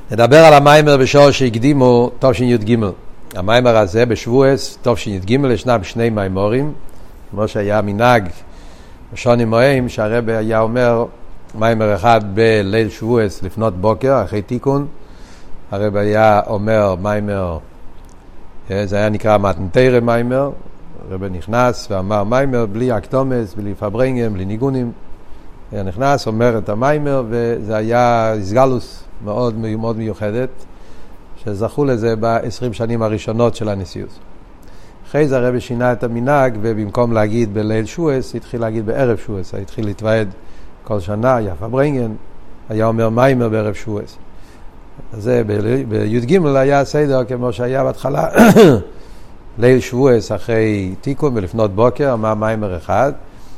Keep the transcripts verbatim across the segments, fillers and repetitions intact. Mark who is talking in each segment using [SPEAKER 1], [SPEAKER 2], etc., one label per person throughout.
[SPEAKER 1] נדבר על המיימר בשור שהקדימו תשי"ג. המיימר הזה בשבועס תשי"ג ישנם שני מיימורים, כמו שהיה מנהג בשונים מוהם, שהרב היה אומר מיימר אחד בליל שבועס לפנות בוקר אחרי תיקון. הרב היה אומר מיימר, זה היה נקרא מתנתרא מיימר. הרב נכנס ואמר מיימר בלי אקטומס, בלי פברנגים, בלי ניגונים. היה נכנס, אומר את המיימר, וזה היה הסגלוס מאוד מאוד מיוחדת, שזכו לזה ב-עשרים שנים הראשונות של הנשיאות. אחרי זה הרב שינה את המנהג, ובמקום להגיד בליל שבועס, התחיל להגיד בערב שבועס. התחיל להתוועד כל שנה, היה פברנגן, היה אומר מיימר בערב שבועס. אז זה בי"ג היה סדר כמו שהיה בהתחלה, ליל שבועס אחרי תיקון ולפנות בוקר, אמר מיימר אחד,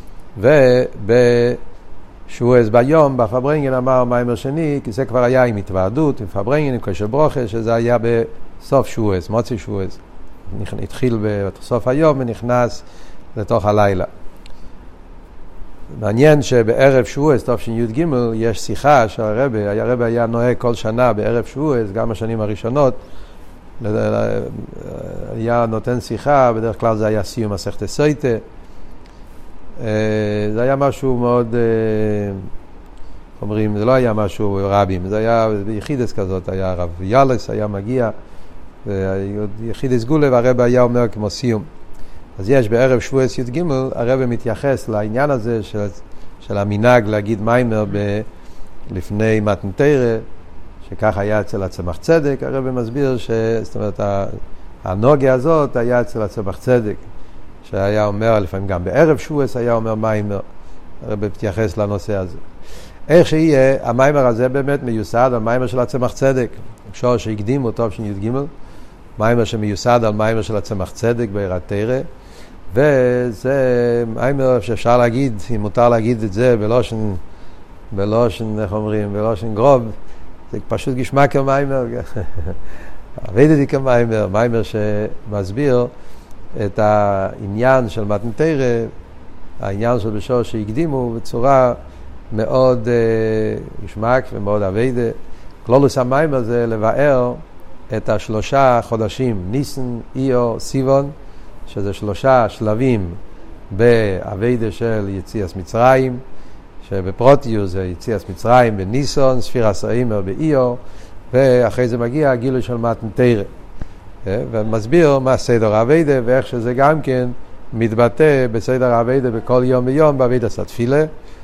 [SPEAKER 1] ובשבועס ביום, בפברנגן אמר מיימר שני, כי זה כבר היה עם התוועדות, עם פברנגן, עם קשר ברוכה, שזה היה בסוף שבועס, מוצאי שבועס. התחיל בסוף היום ונכנס לתוך הלילה. מעניין שבערב שבועס, תשי"ג, יש שיחה של הרבי, הרבי היה נוהג כל שנה בערב שבועס, גם השנים הראשונות, היה נותן שיחה, בדרך כלל זה היה סיום מסכת סוטה. זה היה משהו מאוד, אומרים, זה לא היה משהו רבים, זה היה ביחידס כזאת, היה רב ילס, היה מגיע, יחידס גולה, והרבי היה אומר כמו סיום. אז יש בערב שבועס י"ג, הרבי מתייחס לעניין הזה של, של המנהג להגיד מיימר ב, לפני מתנתרא, שכך היה אצל הצמח צדק. הרבי מסביר ש, זאת אומרת, הנוגה הזאת היה אצל הצמח צדק, שהיה אומר, לפעמים גם בערב שבועס היה אומר מיימר. הרבי מתייחס לנושא הזה. איך שיהיה, המיימר הזה באמת מיוסד על מיימר של הצמח צדק. אפשר שהקדימו תשי"ג, מיימר שמיוסד על מיימר של הצמח צדק בעירת תרא, וזה מיימר שאפשר להגיד, אם מותר להגיד את זה בלושן, בלושן, איך אומרים, בלושן גרוב, זה פשוט גשמק המיימר, עבדתי כמיימר, מיימר שמסביר את העניין של מתנתרא, העניין של בשור שהקדימו בצורה מאוד גשמק ומאוד עבדה. כלולוס המיימר זה לבאר את השלושה חודשים, ניסן, איור, סיבון, שזה שלושה שלבים בעבדה של יציאת מצרים, שבפרוטיוס זה יציאת מצרים בניסון, ספירס האימר באיור, ואחרי זה מגיע הגילוי של מתנתרא. ומסביר מה סדר העבדה, ואיך שזה גם כן מתבטא בסדר העבדה בכל יום ויום, בעבדת התפילה,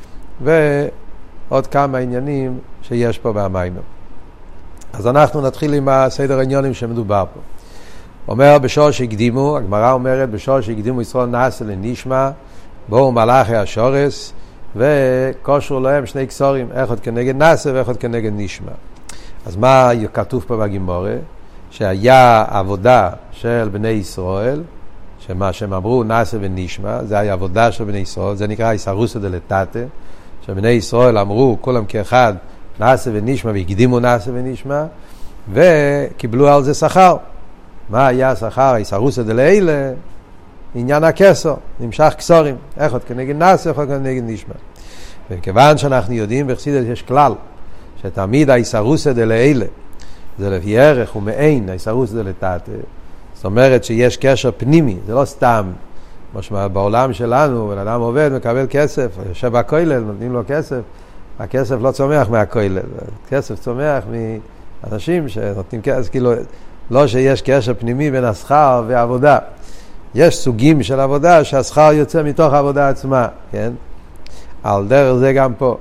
[SPEAKER 1] ועוד כמה עניינים שיש פה במיימר. אז אנחנו נתחיל עם הסדר העניינים שמדובר פה. אומר בשור שהקדימו, הגמרא אומרת בשור שהקדימו ישראל נעשה לנשמה, בואו מלאכי השורס, וקושרו להם שני קסורים, אחד כנגד נעשה ואחד כנגד נשמה. אז מה כתוב פה בגמרא? שהיה עבודה של בני ישראל, שמה שהם אמרו נעשה ונשמה, זה היה עבודה של בני ישראל, זה נקרא איסרוסא דלתתא, שבני ישראל אמרו כולם כאחד נעשה ונשמה, והקדימו נעשה ונשמה, וקיבלו על זה שכר. מה היה השכר? איסרוסא דלעילא, עניין הכסר, נמשך קסורים, אחד כנגד נעשה, אחד כנגד נשמה. וכיוון שאנחנו יודעים בחסידות יש כלל, שתמיד האיסרוסא דלעילא, זה לפי ערך ומעין האיסרוסא דלתתא, זאת אומרת שיש קשר פנימי, זה לא סתם, משמע בעולם שלנו, בן אדם עובד, מקבל כסף, יושב בכולל, נותנים לו כסף, הכסף לא צומח מהכולל, כסף צומח מאנשים שנותנים כסף, כאילו לא שיש קשר פנימי בין השכר והעבודה. יש סוגים של עבודה שהשכר יוצא מתוך העבודה עצמה, כן? על דרך זה גם פה.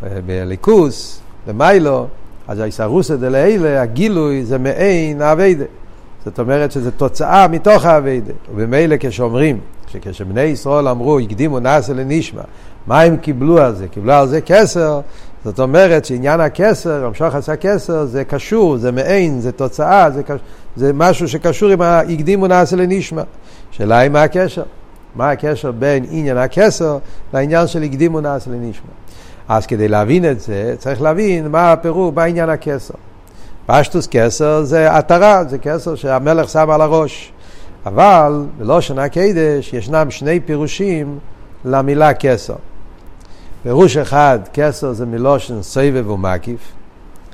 [SPEAKER 1] בליכוס, במיילו, אז האיסרוסא דלעילא, הגילוי זה מעין העבודה. זאת אומרת שזה תוצאה מתוך העבודה. ובמילא כשאומרים, שכשבני ישראל אמרו, הקדימו נעשה לנשמה, מה הם קיבלו על זה? קיבלו על זה כסר. זאת אומרת שעניין הכסר, המשוך עשה כסר, זה קשור, זה מעין, זה תוצאה, זה, קש... זה משהו שקשור עם הקדימו נעשה לנשמה. שאלה היא מה הקשר? מה הקשר בין עניין הכסר לעניין של הקדימו נעשה לנשמה? אז כדי להבין את זה, צריך להבין מה הפירוש בעניין הכסר. פשטוס כסר זה עטרה, זה כסר שהמלך שם על הראש. אבל בלושן הקודש ישנם שני פירושים למילה כסר. פירוש אחד, כסר זה מלושן סובב ומקיף,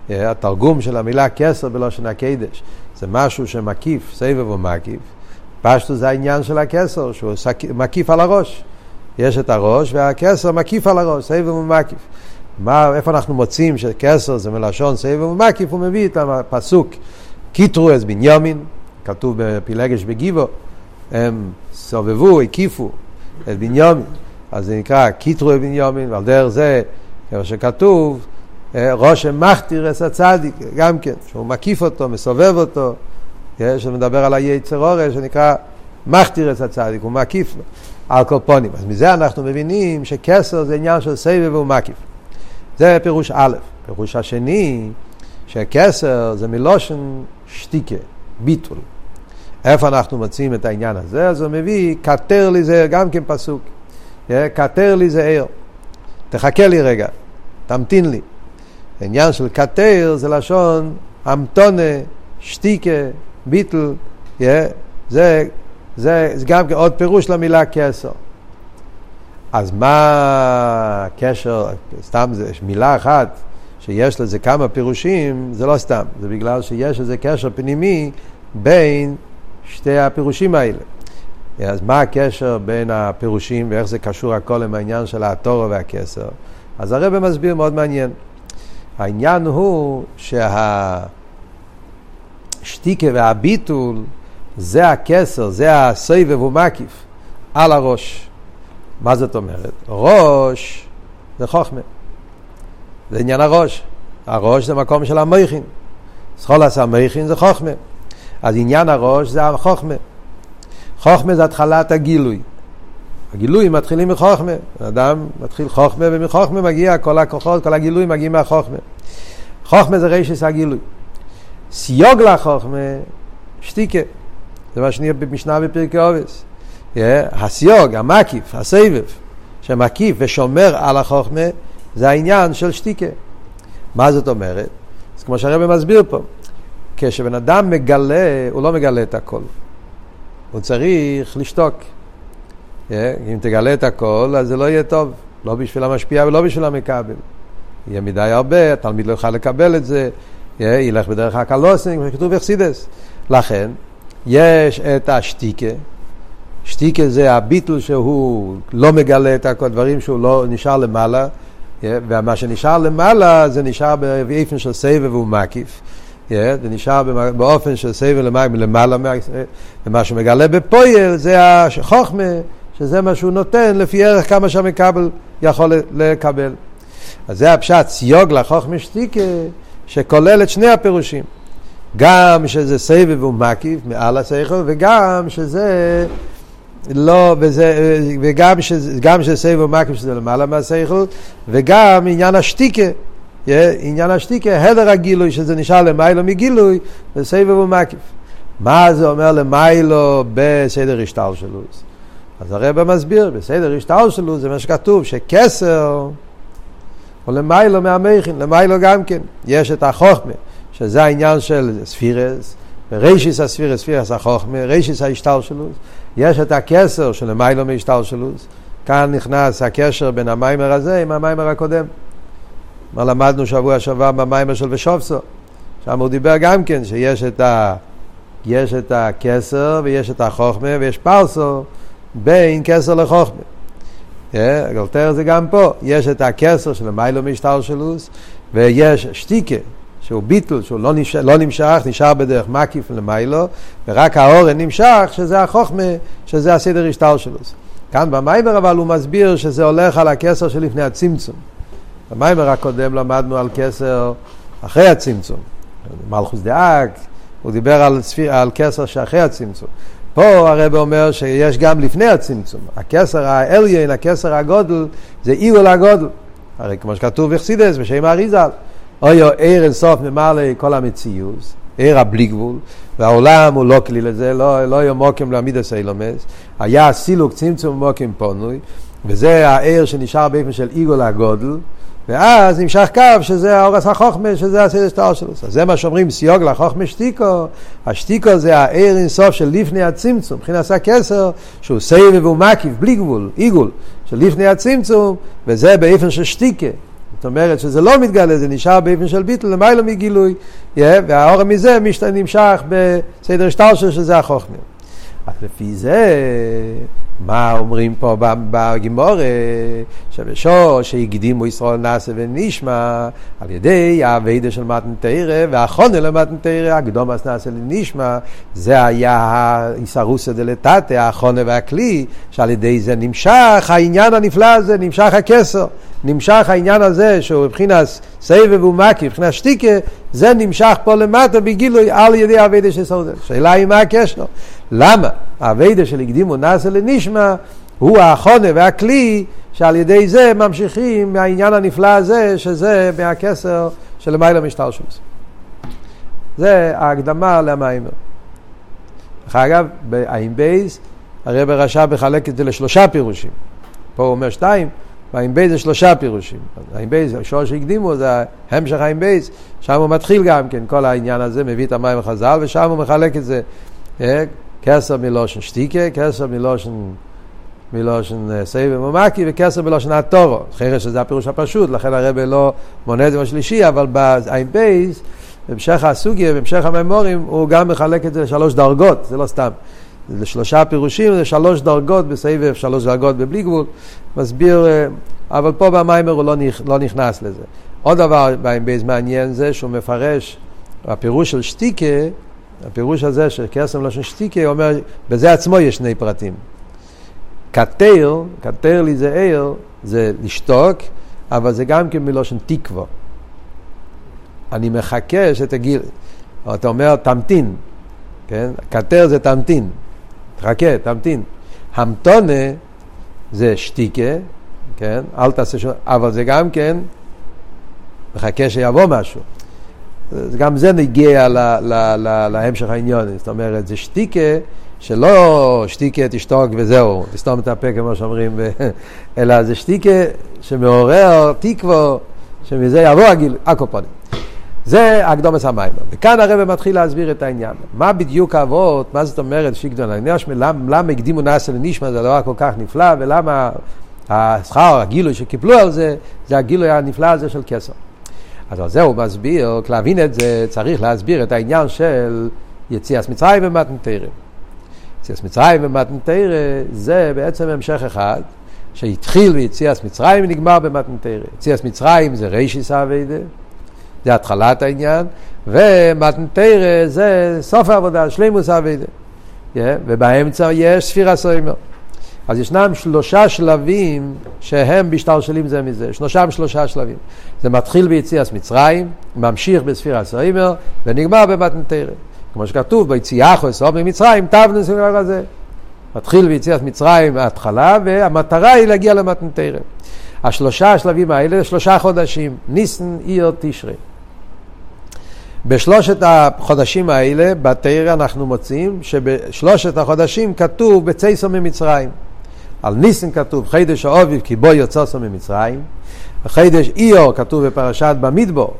[SPEAKER 1] התרגום של המילה כסר בלושן הקדש זה משהו שמקיף, סבב ומקיף. פשטו זה העניין של הכסר, שהוא מקיף על הראש. יש את הראש והכסר מקיף על הראש, סבב ומקיף. מה, איפה אנחנו מוצאים שכסר זה מלשון סבב ומקיף? הוא מביא את הפסוק קיטרו אז בנימין, כתוב בפילגש בגיבו, הם סובבו, הקיפו את בנימין, אז זה נקרא קיטרו את בנימין, ועל דרך זה כמו שכתוב ראש מכתיר את הצדיק, גם כן, שהוא מקיף אותו, מסובב אותו, שמדבר על היצר אור שנקרא מכתיר את הצדיק, הוא מקיף על קופונים. אז מזה אנחנו מבינים שכסר זה עניין של סבב ומקיף. זה פירוש א'. פירוש השני, שכסר זה מלושן שתיקה, ביטול. איפה אנחנו מוצאים את העניין הזה? אז הוא מביא, כתר לי זה גם כן פסוק. כתר לי זה עיר. תחכה לי רגע, תמתין לי. העניין של כתר זה לשון המתונה, שתיקה, ביטל. זה, זה, זה גם כן עוד פירוש למילה כסר. אז מה הקשר, סתם זה מילה אחת שיש לזה כמה פירושים, זה לא סתם, זה בגלל שיש איזה קשר פנימי בין שתי הפירושים האלה. אז מה הקשר בין הפירושים ואיך זה קשור הכל עם העניין של התורה והכסר? אז הרב מסביר מאוד מעניין. העניין הוא שהשתיקה והביטול זה הכסר, זה הסבב ומקיף על הראש. מה זאת אומרת? ראש זה חוכמה. זה עניין הראש. הראש זה מקום של המייכין. סחולס המייכין זה חוכמה. אז עניין הראש זה החוכמה. חוכמה זה התחלת הגילוי. הגילוי מתחילים מחוכמה. אדם מתחיל חוכמה, ומחוכמה מגיע כל הכוחות, כל הגילוי מגיע מהחוכמה. חוכמה זה רשס הגילוי. סיוג לחוכמה, שתיקה. זה מה שנראה במשנה בפרקי אובס. Yeah, הסיוג, המקיף, הסבב, שמקיף ושומר על החוכמה, זה העניין של שתיקה. מה זאת אומרת? אז כמו שהרבא מסביר פה, כשבן אדם מגלה, הוא לא מגלה את הכל. הוא צריך לשתוק. Yeah, אם תגלה את הכל, אז זה לא יהיה טוב. לא בשביל המשפיע ולא בשביל המקבל. יהיה מדי הרבה, התלמיד לא יוכל לקבל את זה, yeah, ילך בדרך הקלוסים, כמו שכתוב בחסידות. לכן, יש את השתיקה, שתיקה זה הביטול שהוא לא מגלה את הכל דברים שהוא לא נשאר למעלה, ומה שנשאר למעלה זה נשאר באופן של סבב ומקיף, זה נשאר באופן של סבב למעלה, ומה שמגלה בפועל זה החוכמה, שזה מה שהוא נותן לפי ערך כמה שהמקבל יכול לקבל. אז זה הפשט סיוג לחוכמה שתיקה שכולל את שני הפירושים, גם שזה סבב ומקיף מעל השכל, וגם שזה לא, וזה, וגם שזה, גם שזה סבב ומקיף שזה למעלה מהשכל, וגם עניין השתיקה, עניין השתיקה, הדר הגילוי שזה נשאר למיילו מגילוי, וסבב ומקיף. מה זה אומר למיילו בסדר השתלשלות? אז הרב מסביר, בסדר השתלשלות זה מה שכתוב, שכסר או למיילו מהמכין, למיילו גם כן, יש את החוכמה, שזה העניין של ספירס, רישיס הספירס, ספירס החוכמה, רישיס ההשתלשלות. יש את הכסר של המיילו מהשתלשלות. כאן נכנס הקשר בין המיימר הזה עם המיימר הקודם. מה למדנו שבוע שבוע במיימר של ושופסו. שם הוא דיבר גם כן שיש את ה... יש את הכסר ויש את החוכמה ויש פרסו בין כסר לחוכמה. גלתר זה גם פה. יש את הכסר של המיילו מהשתלשלות ויש שתיקה. שהוא ביטל, שהוא לא נמשך, לא נמשך, נשאר בדרך מקיף למיילו, ורק האורן נמשך, שזה החוכמה, שזה הסדר השתלשלות. כאן במיימר אבל הוא מסביר שזה הולך על הכסר שלפני הצמצום. במיימר הקודם למדנו על כסר אחרי הצמצום. מלכוס דאק, הוא דיבר על, על כסר שאחרי הצמצום. פה הרב אומר שיש גם לפני הצמצום. הכסר העליין, הכסר הגודל, זה עיגול הגודל. הרי כמו שכתוב בחסידות, בשם האריז"ל. אוי עיר אינסוף ממלא כל המציאות, עיר הבלי גבול, והעולם הוא לא כלי לזה, לא, לא יהיה מוקם לעמידס אילומס, היה סילוק צמצום מוקם פונוי, וזה העיר שנשאר באופן של עיגול הגודל, ואז נמשך קו שזה האורס החוכמה, שזה הסדר השתלשלות. אז זה מה שאומרים סיוג לחוכמה שתיקו, השתיקו זה העיר אינסוף של לפני הצמצום, מבחינת הכסר, שהוא סבב ומקיף, בלי גבול, עיגול, של לפני הצמצום, וזה באופן של שתיקה. זאת אומרת שזה לא מתגלה, זה נשאר באופן של ביטל, למעלה מגילוי, yeah, והאור מזה נמשך בסדר השטלשל שזה החוכמה. אז לפי זה, מה אומרים פה בגימורה? שבשור שהקדימו ישראל נעשה ונשמע על ידי העבודה של מתן תורה והחונה למתן תורה, הקדום נעשה לנשמע, זה היה האיסרוסא דלתתא, החונה והכלי, שעל ידי זה נמשך העניין הנפלא הזה, נמשך הכסר, נמשך העניין הזה שהוא מבחינת סבב ומקי, מבחינת שתיקה, זה נמשך פה למטה בגילוי על ידי העבודה של סעודה. שאלה היא מה הקשר? למה? העבודה של הקדימו נעשה לנשמע הוא החונה והכלי שעל ידי זה ממשיכים מהעניין הנפלא הזה, שזה מהכסר של למעלה משתלשלות. זה ההקדמה למיימר. אגב, בעין בייס הרב רש"ב מחלק את זה לשלושה פירושים. פה הוא אומר שתיים, בעין בייס זה שלושה פירושים. העין בייס, השור שהקדימו, זה המשך העין בייס, שם הוא מתחיל גם כן, כל העניין הזה, מביא את המים החז"ל, ושם הוא מחלק את זה, כסר מלושן שתיקה, כסר מלושן מלושן סבב ומקי, וכסר מלושן התורה. אחרי שזה הפירוש הפשוט, לכן הרב לא מונה את זה בשלישי, אבל בעין בייס, בהמשך הסוגיה, בהמשך הממורים, הוא גם מחלק את זה לשלוש דרגות, זה לא סתם. זה שלושה פירושים, זה שלוש דרגות בסבב, שלוש דרגות בבלי גבול, מסביר, אבל פה במיימר הוא לא נכנס לזה. עוד דבר בעין בייס מעניין זה שהוא מפרש, הפירוש של שתיקה, הפירוש הזה של כסר מלושן שתיקה, אומר, בזה עצמו יש שני פרטים. קטר, קטר לי זה עיר, זה לשתוק, אבל זה גם כן מלושן תקווה. אני מחכה שתגיד, אתה אומר תמתין, כן? קטר זה תמתין, תחכה, תמתין. המתונה זה שתיקה, כן? אל תעשה שום, אבל זה גם כן מחכה שיבוא משהו. גם זה נגיע לה, לה, לה, להמשך העניין. זאת אומרת, זה שתיקה שלא שתיקה תשתוק וזהו, תסתום את הפה כמו שאומרים, אלא זה שתיקה שמעורר תקווה שמזה יבוא הגיל, הקופונים. זה הקדומת המיימר. וכאן הרב מתחיל להסביר את העניין. מה בדיוק האבות, מה זאת אומרת שיקדון? למה הקדימו נעשה לנשמע, זה דבר כל כך נפלא, ולמה השכר, הגילוי שקיבלו על זה, זה הגילוי הנפלא הזה של כסר. אז על זה הוא מסביר, להבין את זה צריך להסביר את העניין של יציאת מצרים ומתן תורה. יציאת מצרים ומתן תורה זה בעצם המשך אחד, שהתחיל ביציאת מצרים ונגמר במתן תורה. יציאת מצרים זה רישיס העבודה, זה התחלת העניין, ומתן תורה זה סוף העבודה, שלימוס העבודה. Yeah, ובאמצע יש ספירה סוימר. אז ישנם שלושה שלבים שהם בשתלשלים זה מזה, שלושה שלושה שלבים. זה מתחיל ביציאת מצרים, ממשיך בספירה סוימר, ונגמר במתן תורה. כמו שכתוב, ביציאה חוסר ממצרים, תבנו ספירה הזה. מתחיל ביציאת מצרים ההתחלה, והמטרה היא להגיע למתן תורה. השלושה השלבים האלה, שלושה חודשים, ניסן, אייר, תשרי. בשלושת החודשים האלה, בתורה אנחנו מוצאים שבשלושת החודשים כתוב בצאסר ממצרים. על ניסן כתוב חידש האביב כי בו יצאסר ממצרים. חידש אייר כתוב בפרשת במדבר.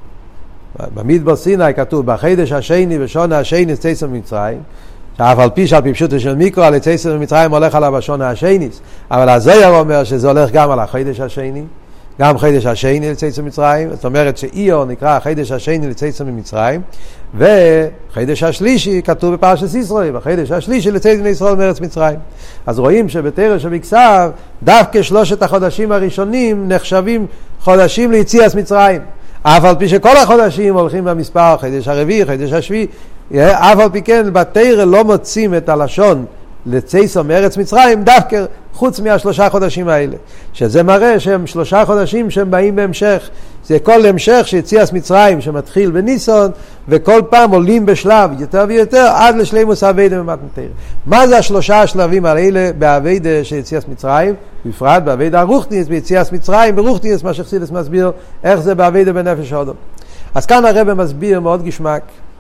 [SPEAKER 1] במדבר סיני כתוב בחידש השני ושונה השני צאסר ממצרים. שאף על פי שעל פי פשוטו של מיקרו, על צאסר ממצרים הולך עליו השונה השני. אבל הזוהר אומר שזה הולך גם על החידש השני. גם חידש השני לצאצא מצרים, זאת אומרת שאיור נקרא חידש השני לצאצא ממצרים, וחידש השלישי כתוב בפרשת ישראל, וחידש השלישי לצאצא מישראל מארץ מצרים. אז רואים שבתורה שבכתב, דווקא שלושת החודשים הראשונים נחשבים חודשים ליציאת מצרים. אף על פי שכל החודשים הולכים במספר, חידש הרביעי, חידש השביעי, אף על פי כן בתורה לא מוצאים את הלשון לצאצא מארץ מצרים, דווקא חוץ מהשלושה חודשים האלה. שזה מראה שהם שלושה חודשים שהם באים בהמשך. זה כל המשך שיציאת מצרים שמתחיל בניסון, וכל פעם עולים בשלב יותר ויותר עד לשלימוס העבודה במתן תורה. מה זה השלושה השלבים האלה בעבודה של יציאת מצרים? בפרט בעבודה הרוחנית, ביציאת מצרים, ברוחנית, מה שחסידס מסביר, איך זה בעבודה בנפש האדם. אז כאן הרב מסביר מאוד גשמק.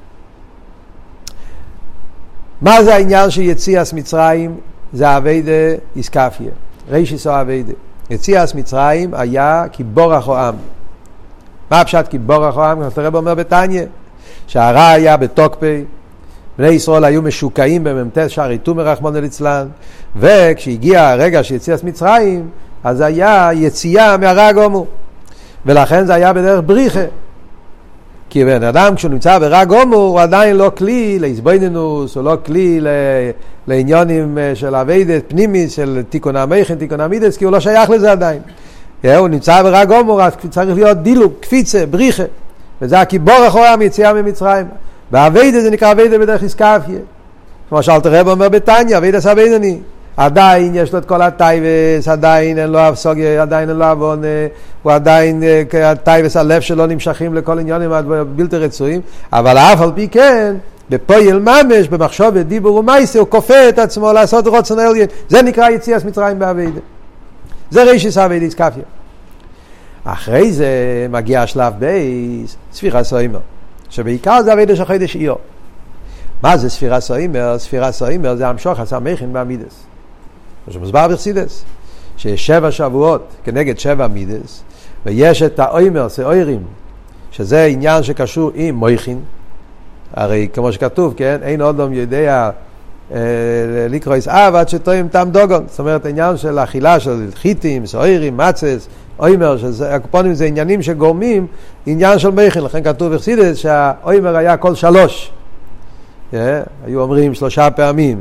[SPEAKER 1] מה זה העניין של יציאת מצרים? זה העבודה איסקפיה, רישיס או העבודה. יציאת מצרים היה כי בורח או עם. מה הפשט כי בורח או עם? כמו הרב אומר בתניא, שהרע היה בתוקפי, בני ישראל היו משוקעים בממתס שערי תומר רחמנא ליצלן, וכשהגיע הרגע של יציאת מצרים, אז היה יציאה מהרע הגמור. ולכן זה היה בדרך בריחה. כי בן אדם כשהוא נמצא ברע גומור הוא עדיין לא כלי להסבינינוס, הוא לא כלי לעניונים של עבודת פנימית, של תיקון המכן, תיקון המידס, כי הוא לא שייך לזה עדיין. הוא נמצא ברע גומור, אז צריך להיות דילוג, קפיצה, בריחה. וזה הכיבור אחורה מיציאה ממצרים. והעבודת זה נקרא עבודת בדרך איסקפיה. כמו שאלתר רב אומר בתניא, עבודת הבינוני. עדיין יש לו את כל הטייבס, עדיין אין לו סוגיה, עדיין אין לו עוון, הוא עדיין, הטייבס, הלב שלו נמשכים לכל עניינים בלתי רצויים, אבל אף על פי כן, בפועל ממש, במחשוב ודיבור ומייסה, הוא כופה את עצמו לעשות רוצן עליון. זה נקרא יציאת מצרים בעבודה. זה רישיס עבודת איסקפיה. אחרי זה מגיע השלב בייס, ספירה סוימר, שבעיקר זה עבודה של חודש איור. מה זה ספירה סוימר? ספירה סוימר זה המשוך הסמכין בעמידס. שמוסבר בחסידס, שיש שבע שבועות כנגד שבע מידס, ויש את האוימר, סאוירים, שזה עניין שקשור עם מויכין, הרי כמו שכתוב, כן, אין אדם יודע אה, לקרויס אב עד שטועים תם דוגון, זאת אומרת העניין של אכילה של חיטים, סאוירים, מצס, אוימר, הקופונים זה עניינים שגורמים עניין של מויכין, לכן כתוב בחסידס שהאוימר היה כל שלוש, yeah, היו אומרים שלושה פעמים,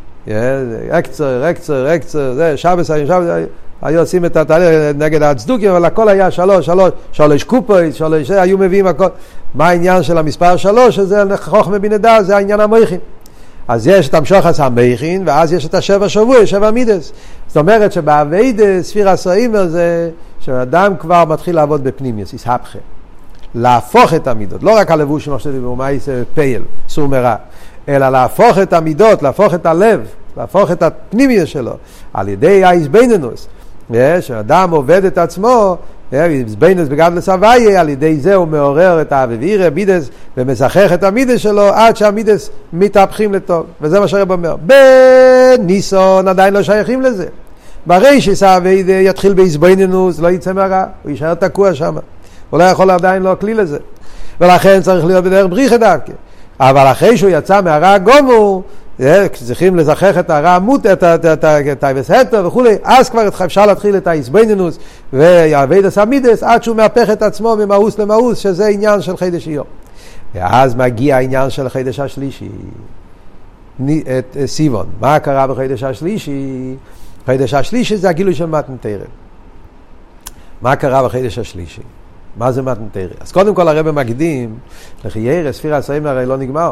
[SPEAKER 1] אקצר, אקצר, אקצר, זה שבס, שבס, היו עושים את התהליך נגד הצדוקים, אבל הכל היה שלוש, שלוש, שלוש קופויס, שלוש, היו מביאים הכל. מה העניין של המספר שלוש? שזה חוכמה בינה דעת, זה העניין המויכין. אז יש את המשוחס המויכין, ואז יש את השבע שבוע, שבע מידס. זאת אומרת שבעבודה ספירה סוימר זה שאדם כבר מתחיל לעבוד בפנימיוס, איסהפכה. להפוך את המידות, לא רק הלבוש שמחשבים במאיס פייל, סור מרע, אלא להפוך את המידות, להפוך את הלב, להפוך את הפנימיות שלו, על ידי האיזבנינוס. שאדם עובד את עצמו, איזבנינוס בגדלס הוויה, על ידי זה הוא מעורר את האווירה, מידס, ומשחך את המידס שלו, עד שהמידס מתהפכים לטוב. וזה מה שהרב אומר. בניסון עדיין לא שייכים לזה. ברי שסעבד יתחיל באיזבנינוס, לא יצא מהרע, הוא יישאר תקוע שם. הוא לא יכול עדיין לא כלי לזה. ולכן צריך להיות בדרך בריחה דווקא. אבל אחרי שהוא יצא מהרע גומור, צריכים לזכח את הרע מות, את האבסהטר וכו', אז כבר אפשר להתחיל את האיסבנינוס והעבודת המידס, עד שהוא מהפך את עצמו ממאוס למאוס, שזה עניין של חידש איור. ואז מגיע העניין של החידש השלישי, את סיבון. מה קרה בחידש השלישי? חידש השלישי זה הגילוי של מתן תורה. מה קרה בחידש השלישי? מה זה מתן תורה? אז קודם כל הרב מקדים, לחייר, ספירה סוימר הרי לא נגמר.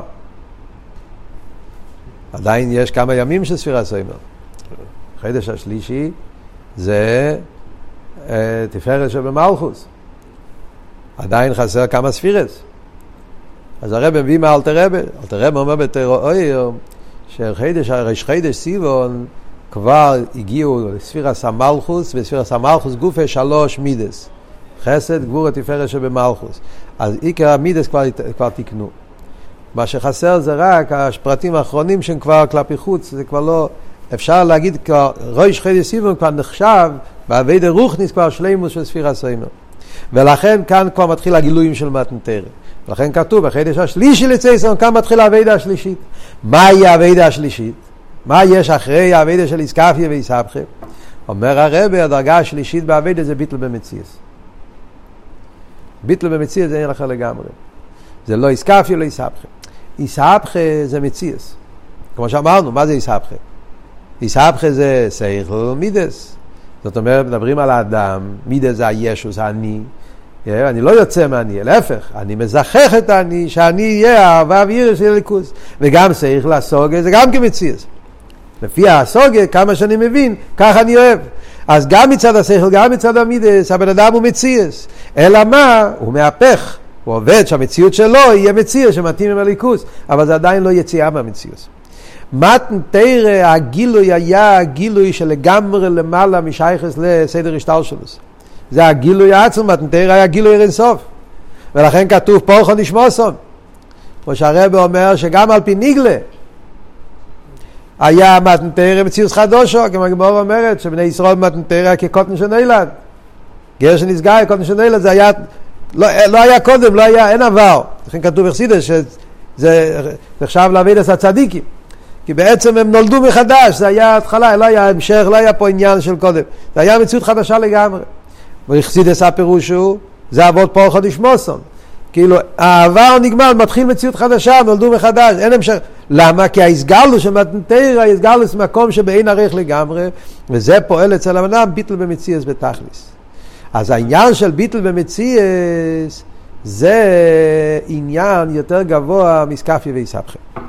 [SPEAKER 1] עדיין יש כמה ימים של ספירה סוימר. חידש השלישי זה אה, תפארת שבמלכוס. עדיין חסר כמה ספירס. אז הרב מביא מאלתר רב, אלתר רב אומר בתורה אויר, שחידש, הרי חידש סיבון כבר הגיעו לספירת המלכוס, וספירת המלכוס גופה שלוש מידס. חסד, גבורה, תפארת שבמלכוס. אז עיקר המידס כבר, כבר תקנו. מה שחסר זה רק הפרטים האחרונים שהם כבר כלפי חוץ, זה כבר לא, אפשר להגיד כבר, ראש חידש סיבון כבר נחשב, בעבודה רוחניס כבר שלימוס של ספירת סוימר. ולכן כאן כבר מתחיל הגילויים של מתן תורה. לכן כתוב, בחידש השלישי לצייסון, כאן מתחיל העבודה השלישית. מהי העבודה השלישית? מה יש אחרי העבודה של איסקפיה ואיסהפכה? אומר הרב, הדרגה השלישית בעבודה זה ביטל במציאס. ביטל במציאס זה אין לך לגמרי. זה לא איסקפיה, לא איסהפכה. איסהפכה זה מציאס. כמו שאמרנו, מה זה איסהפכה? איסהפכה זה שכל מידס. זאת אומרת, מדברים על האדם, מידס זה הישוס, אני. אני לא יוצא מהני, להפך, אני מזכח את אני, שאני יהיה אהבה ואוויר של ליכוז. וגם שכל הסוגה זה גם כמציאס. לפי הסוגה, כמה שאני מבין, כך אני אוהב. אז גם מצד השכל, גם מצד המידס, הבן אדם הוא מציאס. אלא מה? הוא מהפך. הוא עובד שהמציאות שלו יהיה מציאס, שמתאים עם הליכוז. אבל זה עדיין לא יציאה מהמציאס. מתן תורה, הגילוי היה הגילוי שלגמרי למעלה משייכס לסדר השתלשלוס. זה הגילוי העצום, מתן תורה היה גילוי אין סוף. ולכן כתוב פורחו נשמוסון. כמו שהרב אומר שגם על פי ניגלה, היה מתן תורה מציאות חדושו, כמו הגמרא אומרת, שבני ישראל מתן תורה כקוטן שנילד. גר שנסגר, קוטן שנילד, זה היה, לא, לא היה קודם, לא היה, אין עבר. לכן כתוב בחסידות שזה נחשב לעבודת הצדיקים. כי בעצם הם נולדו מחדש, זה היה התחלה, לא היה המשך, לא היה פה עניין של קודם. זה היה מציאות חדשה לגמרי. בחסידות הפירוש הוא, זה אבות פור חודש מוסון. כאילו, העבר נגמר, מתחיל מציאות חדשה, נולדו מחדש, אין המשך. למה? כי ההסגלוס של מתנתר, ההסגלוס מקום שבאין ערך לגמרי, וזה פועל אצל המנהל ביטל במציאס בתכליס. אז העניין של ביטל במציאס, זה עניין יותר גבוה מסקפיה ויסבכה.
[SPEAKER 2] לפעמים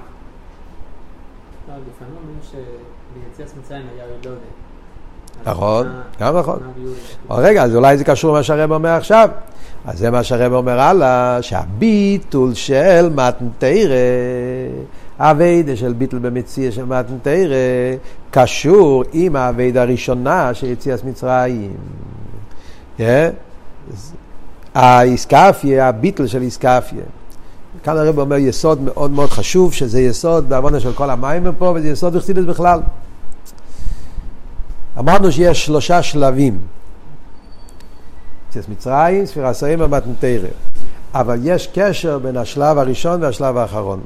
[SPEAKER 2] אומרים שביציאת מצרים היה ילודה.
[SPEAKER 1] נכון, גם נכון. רגע, אז אולי זה קשור למה שהרב אומר עכשיו. אז זה מה שהרב אומר הלאה, שהביטול של מתנתר, הווידה של ביטל במציאה של מתנתר, קשור עם הווידה הראשונה של יציאת מצרים. האיסקאפיה, הביטל של איסקאפיה. כאן הרב אומר יסוד מאוד מאוד חשוב, שזה יסוד בעוונה של כל המים פה, וזה יסוד בחסידות בכלל. אמרנו שיש שלושה שלבים. יציאת מצרים, ספירת העולם ומתנתר. אבל יש קשר בין השלב הראשון והשלב האחרון.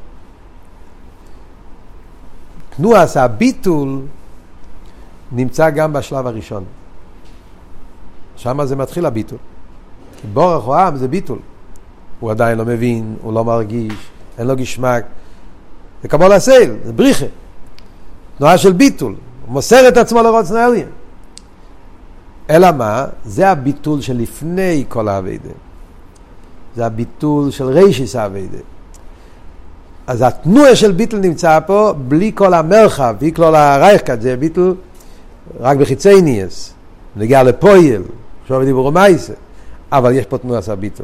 [SPEAKER 1] תנועת הביטול נמצא גם בשלב הראשון. שם זה מתחיל הביטול. כי בורח העם זה ביטול. הוא עדיין לא מבין, הוא לא מרגיש, אין לו גשמק. זה קבול הסייל, זה בריחה. תנועה של ביטול. הוא מוסר את עצמו לרוץ נעלים. אלא מה? זה הביטול שלפני כל העבודה. זה הביטול של רישיס העבודה. אז התנועה של ביטול נמצא פה בלי כל המרחב, בלי כל הרייכת, זה ביטול רק בחיצי ניאס. נגיע לפויל, שוב דיבורו מייסה. אבל יש פה תנועה של ביטול.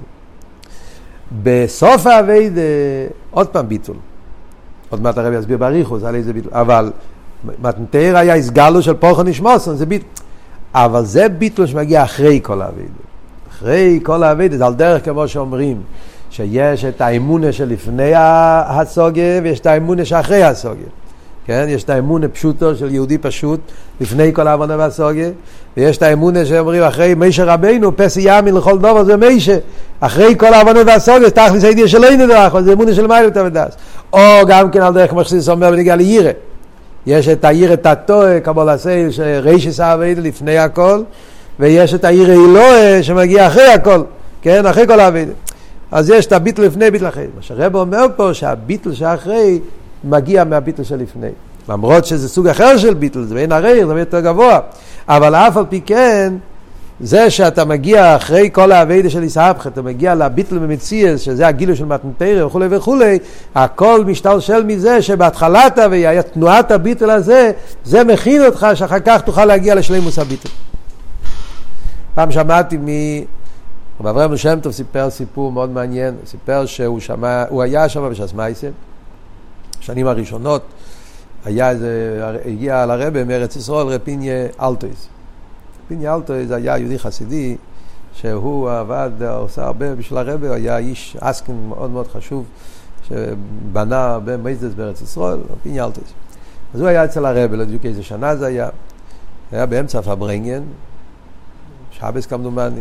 [SPEAKER 1] בסוף העבודה, עוד פעם ביטול. עוד מעט הרב יסביר בריחוס על איזה ביטול. אבל מתנתר היה הסגלו של פורחו נשמוסון, זה ביטול. אבל זה ביטול שמגיע אחרי כל העבודה. אחרי כל העבודה, זה על דרך כמו שאומרים, שיש את האמונה שלפני הסוגיה, ויש את האמונה שאחרי הסוגיה. כן? יש את האמונה פשוטו של יהודי פשוט, לפני כל העבודה והסוגיה, ויש את האמונה שאומרים אחרי מישה רבינו, פסי ימין לכל דבר, זה מישה. אחרי כל העבודה והסוגיה, תכליס הידיעה שלא נדרך, אבל זה אמונה של מיילה ותמדס. או גם כן על דרך כמו שזה אומר בנגיע לירה. יש את העיר את התועה, קבול הסייל, שרישיס העבודה לפני הכל, ויש את העיר אילוה שמגיע אחרי הכל, כן? אחרי כל העבודה. אז יש את הביטל לפני, ביטל אחרי. מה שהרב אומר פה, שהביטל שאחרי מגיע מהביטל שלפני. למרות שזה סוג אחר של ביטל, זה בין הרעיר, זה יותר גבוה. אבל אף על פי כן, זה שאתה מגיע אחרי כל העבודה של ישהבך, אתה מגיע לביטל במציאס, שזה הגילו של מתנתר וכו' וכו', הכל משתלשל מזה שבהתחלת ותנועת הביטל הזה, זה מכין אותך שאחר כך תוכל להגיע לשלימוס הביטל. פעם שמעתי מ... רב אברהם שם טוב סיפר סיפור מאוד מעניין, סיפר שהוא שמע, הוא היה שם בש"ס מייסה, בשנים הראשונות, היה איזה, הגיע לרבה מארץ ישראל, רב פיניה אלטויז. פיניה אלטויז היה יהודי חסידי, שהוא עבד, עושה הרבה בשביל הרבה, הוא היה איש אסקן מאוד מאוד חשוב, שבנה הרבה מייסדס בארץ ישראל, פיניה אלטויז. אז הוא היה אצל הרבה, לא בדיוק איזה שנה זה היה, היה באמצע פברנגן, שבס כמדומני.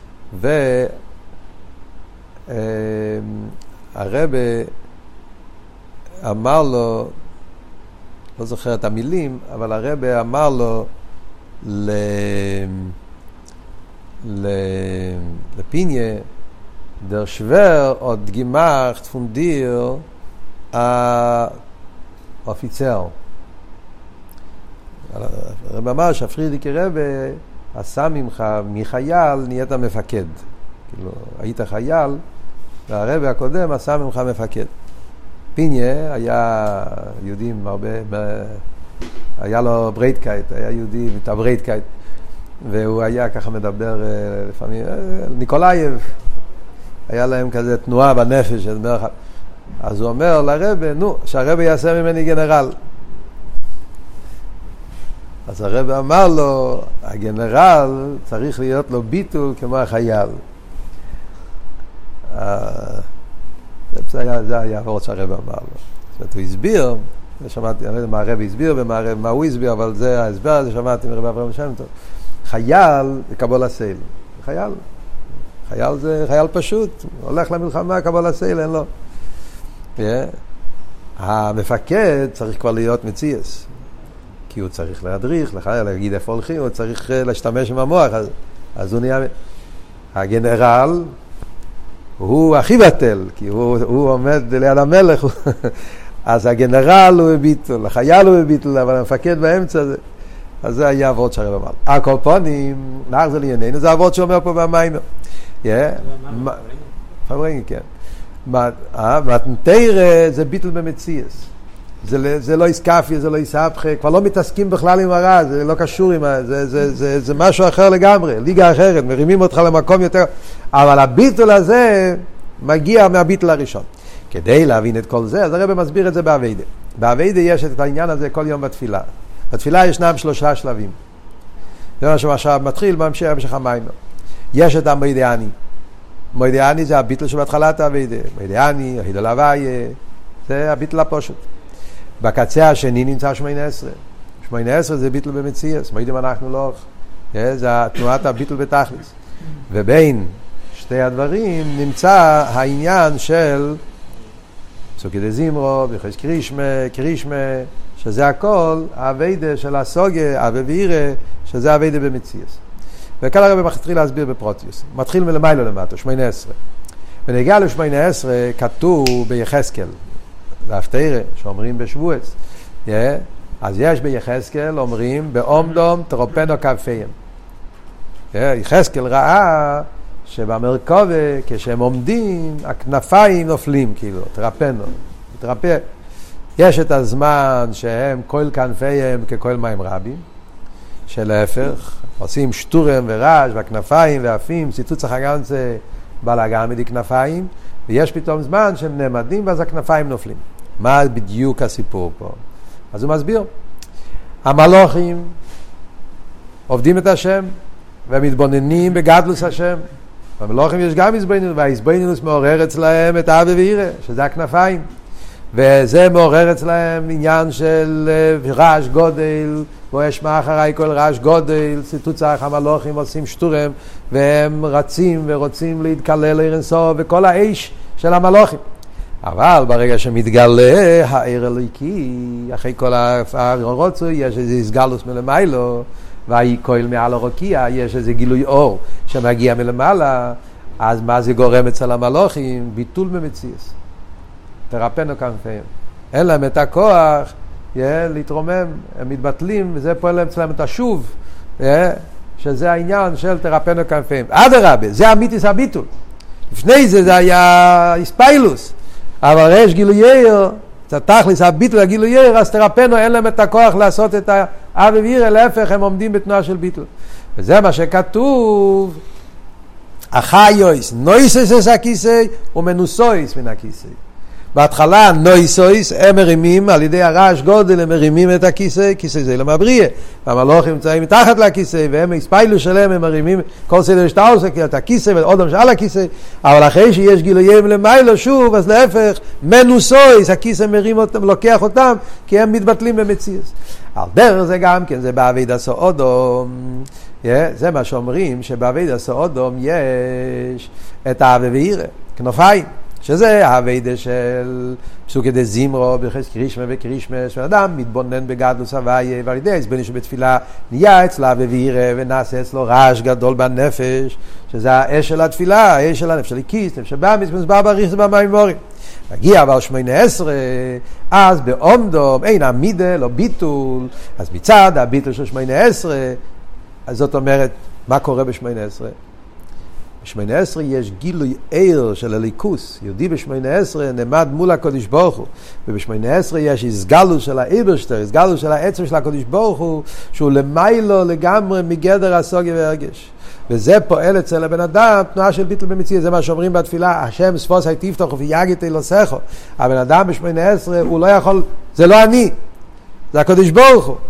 [SPEAKER 1] והרבא אמר לו, לא זוכר את המילים, אבל הרבא אמר לו ל... ל... לפיניה, דר שוור או דגימח תפונדיר האופיצר. הרבא אמר שהפרידיקי רבא עשה ממך, מחייל נהיית מפקד. כאילו, היית חייל, והרבי הקודם עשה ממך מפקד. פיניה היה יהודי הרבה, היה לו ברייטקייט, היה יהודי את הברייטקייט, והוא היה ככה מדבר לפעמים, ניקולאייב, היה להם כזה תנועה בנפש, אז הוא אומר לרבי, נו, שהרבי יעשה ממני גנרל. אז הרב אמר לו, הגנרל צריך להיות לו ביטול כמו החייל. זה היה, זה היה הורד שהרב אמר לו. זאת אומרת, הוא הסביר, ושמעתי, אני לא יודע מה הרב הסביר ומה מה הוא הסביר, אבל זה ההסבר הזה שמעתי מרב אברהם שם טוב. חייל זה קבול הסייל. חייל. חייל זה חייל פשוט. הולך למלחמה, קבול הסייל, אין לו. Yeah. המפקד צריך כבר להיות מציאס. כי הוא צריך להדריך, לחייל, להגיד איפה הולכים, הוא צריך להשתמש עם המוח, אז, אז הוא נהיה... הגנרל הוא הכי בטל, כי הוא, הוא עומד ליד המלך, אז הגנרל הוא בביטול, החייל הוא בביטול, אבל המפקד באמצע זה, אז זה היה עבוד שהרב אמר. הקופונים, נחזור לענייננו, זה עבוד שאומר פה במיימר. פברנגי, כן. מתנתר זה ביטול במציאס. זה, זה לא איסקאפיה, זה לא איסהפכה, כבר לא מתעסקים בכלל עם הרע, זה לא קשור עם זה, זה, זה, זה, זה משהו אחר לגמרי, ליגה אחרת, מרימים אותך למקום יותר, אבל הביטול הזה מגיע מהביטול הראשון. כדי להבין את כל זה, אז הרב מסביר את זה בעבודה. בעבודה יש את העניין הזה כל יום בתפילה. בתפילה ישנם שלושה שלבים. זה מה שעכשיו מתחיל, ממשיך המשך המים. יש את המוידעני. מוידעני זה הביטול שבהתחלת העבודה. מוידעני, הידול הוויה, זה הביטול הפשוט. בקצה השני נמצא שמונה עשרה. שמונה עשרה זה ביטול במציאס, מוידים אנחנו לא. זה תנועת הביטול בתכלס. ובין שתי הדברים נמצא העניין של פסוקי דזימרו, ביחס קרישמה, קרישמה, שזה הכל העבודה של הסוגיה, אבווירה, שזה העבודה במציאס. וכאן הרב מתחיל להסביר בפרוטיוס. מתחיל מלמיילו למטה, שמונה עשרה. ונגיע לשמונה עשרה כתוב ביחזקאל, והפטרה שאומרים בשבועס. Yeah. אז יש ביחזקאל אומרים בעומדום תרופנו כפיהם. Yeah. יחזקאל ראה שבמרכבה כשהם עומדים הכנפיים נופלים כאילו, תרפנו, תרפא. יש את הזמן שהם כל כנפיהם ככל מים רבים, שלהפך עושים שטורם ורעש והכנפיים והאפים, ציטוץ החגנצה בלגן מדי כנפיים, ויש פתאום זמן שהם נעמדים ואז הכנפיים נופלים. מה בדיוק הסיפור פה? אז הוא מסביר. המלוכים עובדים את השם ומתבוננים בגדלוס השם. במלוכים יש גם הזבנינוס, וההזבנינוס מעורר אצלהם את האבא ואירא, שזה הכנפיים. וזה מעורר אצלהם עניין של רעש גודל, ויש מאחרי כל רעש גודל, ציטוצח המלוכים עושים שטורם, והם רצים ורוצים להתקלל לאירנסו, וכל האש של המלוכים. אבל ברגע שמתגלה העיר הליקי, אחרי כל הרוצו, יש איזה הסגלוס מלמיילו, והיא כהל מעל הרוקיע, יש איזה גילוי אור שמגיע מלמעלה, אז מה זה גורם אצל המלוכים? ביטול במציאס. תרפנו כנפיהם. אין להם את הכוח yeah, להתרומם, הם מתבטלים, וזה פועל להם אצלם את השוב, yeah, שזה העניין של תרפנו כנפיהם. עד הרבה, זה אמיתיס הביטול. לפני זה זה היה איספיילוס, אבל יש גילוייר, זה תכלס הביטול הגילוייר, אז תרפנו, אין להם את הכוח לעשות את האבא ואירא, להפך הם עומדים בתנועה של ביטול. וזה מה שכתוב, החיוס, נויסויס אס הכיסא ומנוסויס מן הכיסא. בהתחלה נויסויס הם מרימים, על ידי הרעש גודל הם מרימים את הכיסא, כיסא זה לא מבריא, והמלוכים נמצאים מתחת לכיסא, והם הספיילו שלהם, הם מרימים כל סדר שטאוס, את הכיסא ועודם שעל הכיסא, אבל אחרי שיש גילויים למיילו שוב, אז להפך, מנוסויס, הכיסא מרים אותם, לוקח אותם, כי הם מתבטלים במציאס. על דרך זה גם כן, זה בעבודה סעודום, yeah, זה מה שאומרים, שבעבודה סעודום יש את האבא ואירא, כנפיים. שזה העבודה של פסוקי דזימרו, ביחס קרישמה וקרישמה, שאדם מתבונן בגדלוס הוויה, ועל ידי הסבני שבתפילה נהיה אצלה ואירא, ונעשה אצלו רעש גדול בנפש, שזה האש של התפילה, האש של הנפש של הכיס, נפש הבאמיס, מסבר בריך זה במימורים. מגיע אבל שמונה עשרה, אז בעומדום אין עמידה, לא ביטול, אז מצד הביטול של שמונה עשרה, אז זאת אומרת, מה קורה בשמונה עשרה? בשמונה עשרה יש גילוי עיר של הליכוס, יהודי בשמונה עשרה נעמד מול הקודש ברוך הוא, ובשמונה עשרה יש הסגלוס של האיברשטר, הסגלוס של העצם של הקודש ברוך הוא, שהוא למיילו לגמרי מגדר הסוגיה והרגש. וזה פועל אצל הבן אדם, תנועה של ביטול במציאות, זה מה שאומרים בתפילה, השם ספוס היטיבתוך ויגית אלוהיך. הבן אדם בשמונה עשרה הוא לא יכול, זה לא אני, זה הקודש ברוך הוא.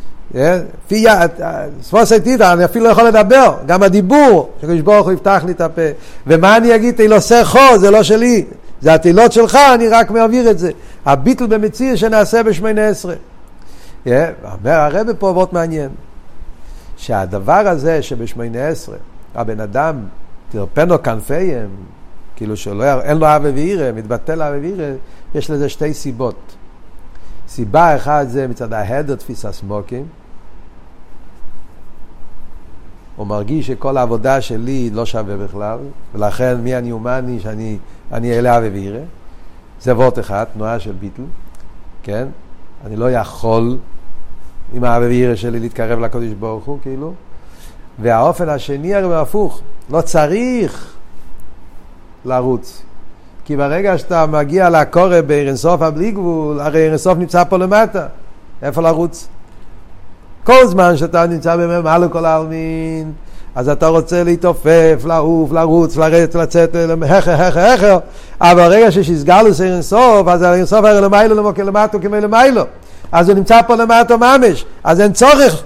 [SPEAKER 1] ספוס היטיבתוך, אני אפילו לא יכול לדבר, גם הדיבור, שקודש ברוך הוא יפתח לי את הפה. ומה אני אגיד, אלוהיך, זה לא שלי, זה התהילות שלך, אני רק מעביר את זה. הביטול במציאות שנעשה בשמונה עשרה. אומר הרב פה מאוד מעניין. שהדבר הזה שבשמונה עשרה הבן אדם תרפנו כנפיהם, כאילו שאין לו אבא ואירא, מתבטל אבא ואירא, יש לזה שתי סיבות. סיבה אחת זה מצד ההדר תפיסה סמוקים, הוא מרגיש שכל העבודה שלי לא שווה בכלל, ולכן מי אני הומני שאני אני אלה אבי וירא. זה וורט אחד, תנועה של ביטל, כן? אני לא יכול עם האבי וירא שלי להתקרב לקדוש ברוך הוא, כאילו. והאופן השני הרי בהפוך, לא צריך לרוץ. כי ברגע שאתה מגיע לקורא בעיר אינסוף הבלי גבול, הרי עיר אינסוף נמצא פה למטה. איפה לרוץ? כל זמן שאתה נמצא במעלה כל העלמין, אז אתה רוצה להתעופף, לעוף, לרוץ, לרדת, לצאת, החר, החר, החר. אבל ברגע ששסגלוס עיר אינסוף, אז עיר אינסוף הרי למיילו למוקר למטו כמי למיילו. אז הוא נמצא פה למטה ממש. אז אין צורך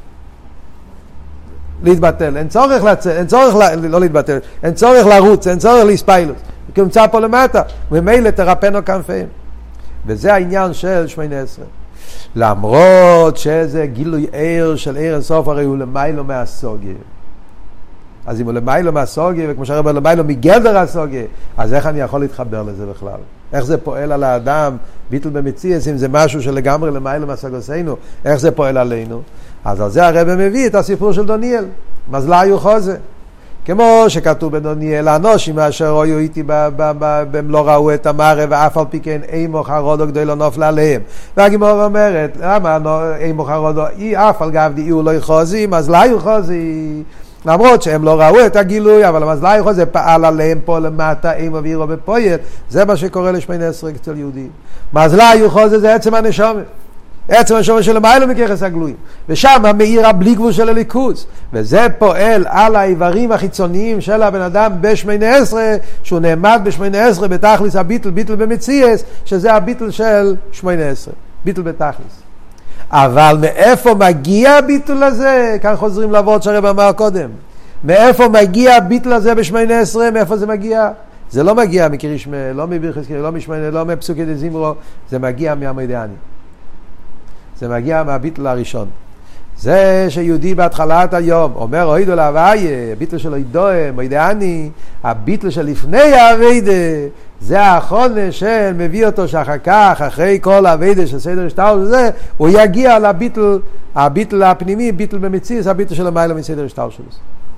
[SPEAKER 1] להתבטל, אין צורך לצאת, אין צורך, לא להתבטל, אין צורך לרוץ, אין צורך להספיילוס. כי הוא נמצא פה למטה, וממילא תרפאנו כנפיהם. וזה העניין של שמונה עשרה. למרות שזה גילוי עיר של עיר אינסוף, הרי הוא למיילו מהסוגיה. אז אם הוא למיילו מהסוגיה, וכמו שהרבה למיילו מגדר הסוגיה, אז איך אני יכול להתחבר לזה בכלל? איך זה פועל על האדם, ביטל במציאס, אם זה משהו שלגמרי למיילו מהסוגוסנו, איך זה פועל עלינו? אז על זה הרב מביא את הסיפור של דניאל, מזלאיו חוזה. כמו שכתוב בדניאל, האנושים אשר ראו איתי הם לא ראו את המראה ואף על פי כן אימו חרודו גדול לא נופל עליהם. והגימור אומרת, למה אימו חרודו אף על גב דיעו לא יחוזים, מזלאיו חוזי. למרות שהם לא ראו את הגילוי, אבל המזלאיו חוזה פעל עליהם פה למטה, אימו ואירו בפויל. זה מה שקורה לשמונה עשרה אצל יהודים. מזלאיו חוזה זה עצם הנשמה. עצם הנשמה של המיילו מכיחס הגלויים. ושם המאיר הבלי גבול של הליכוז. וזה פועל על האיברים החיצוניים של הבן אדם בשמונה עשרה, שהוא נעמד בשמונה עשרה בתכליס הביטל, ביטל במציאס, שזה הביטל של שמונה עשרה. ביטל בתכליס. אבל מאיפה מגיע הביטל הזה? כאן חוזרים לעבוד שהרב אמר קודם. מאיפה מגיע הביטל הזה בשמונה עשרה? מאיפה זה מגיע? זה לא מגיע מקריש, לא מבירכס, לא משמונה, לא מפסוקי דזימרו, זה מגיע מהמוידעני. זה מגיע מהביטל הראשון. זה שיהודי בהתחלת היום אומר אוידו להוויה, ביטל של אוידוהם, מוידעני, הביטל של לפני העבודה, זה האחרונה של מביא אותו שאחר כך, אחרי כל העבודה של סדר השטר וזה, הוא יגיע לביטל, הביטל הפנימי, ביטל במציאס, הביטל של המילה מסדר השטר שלו.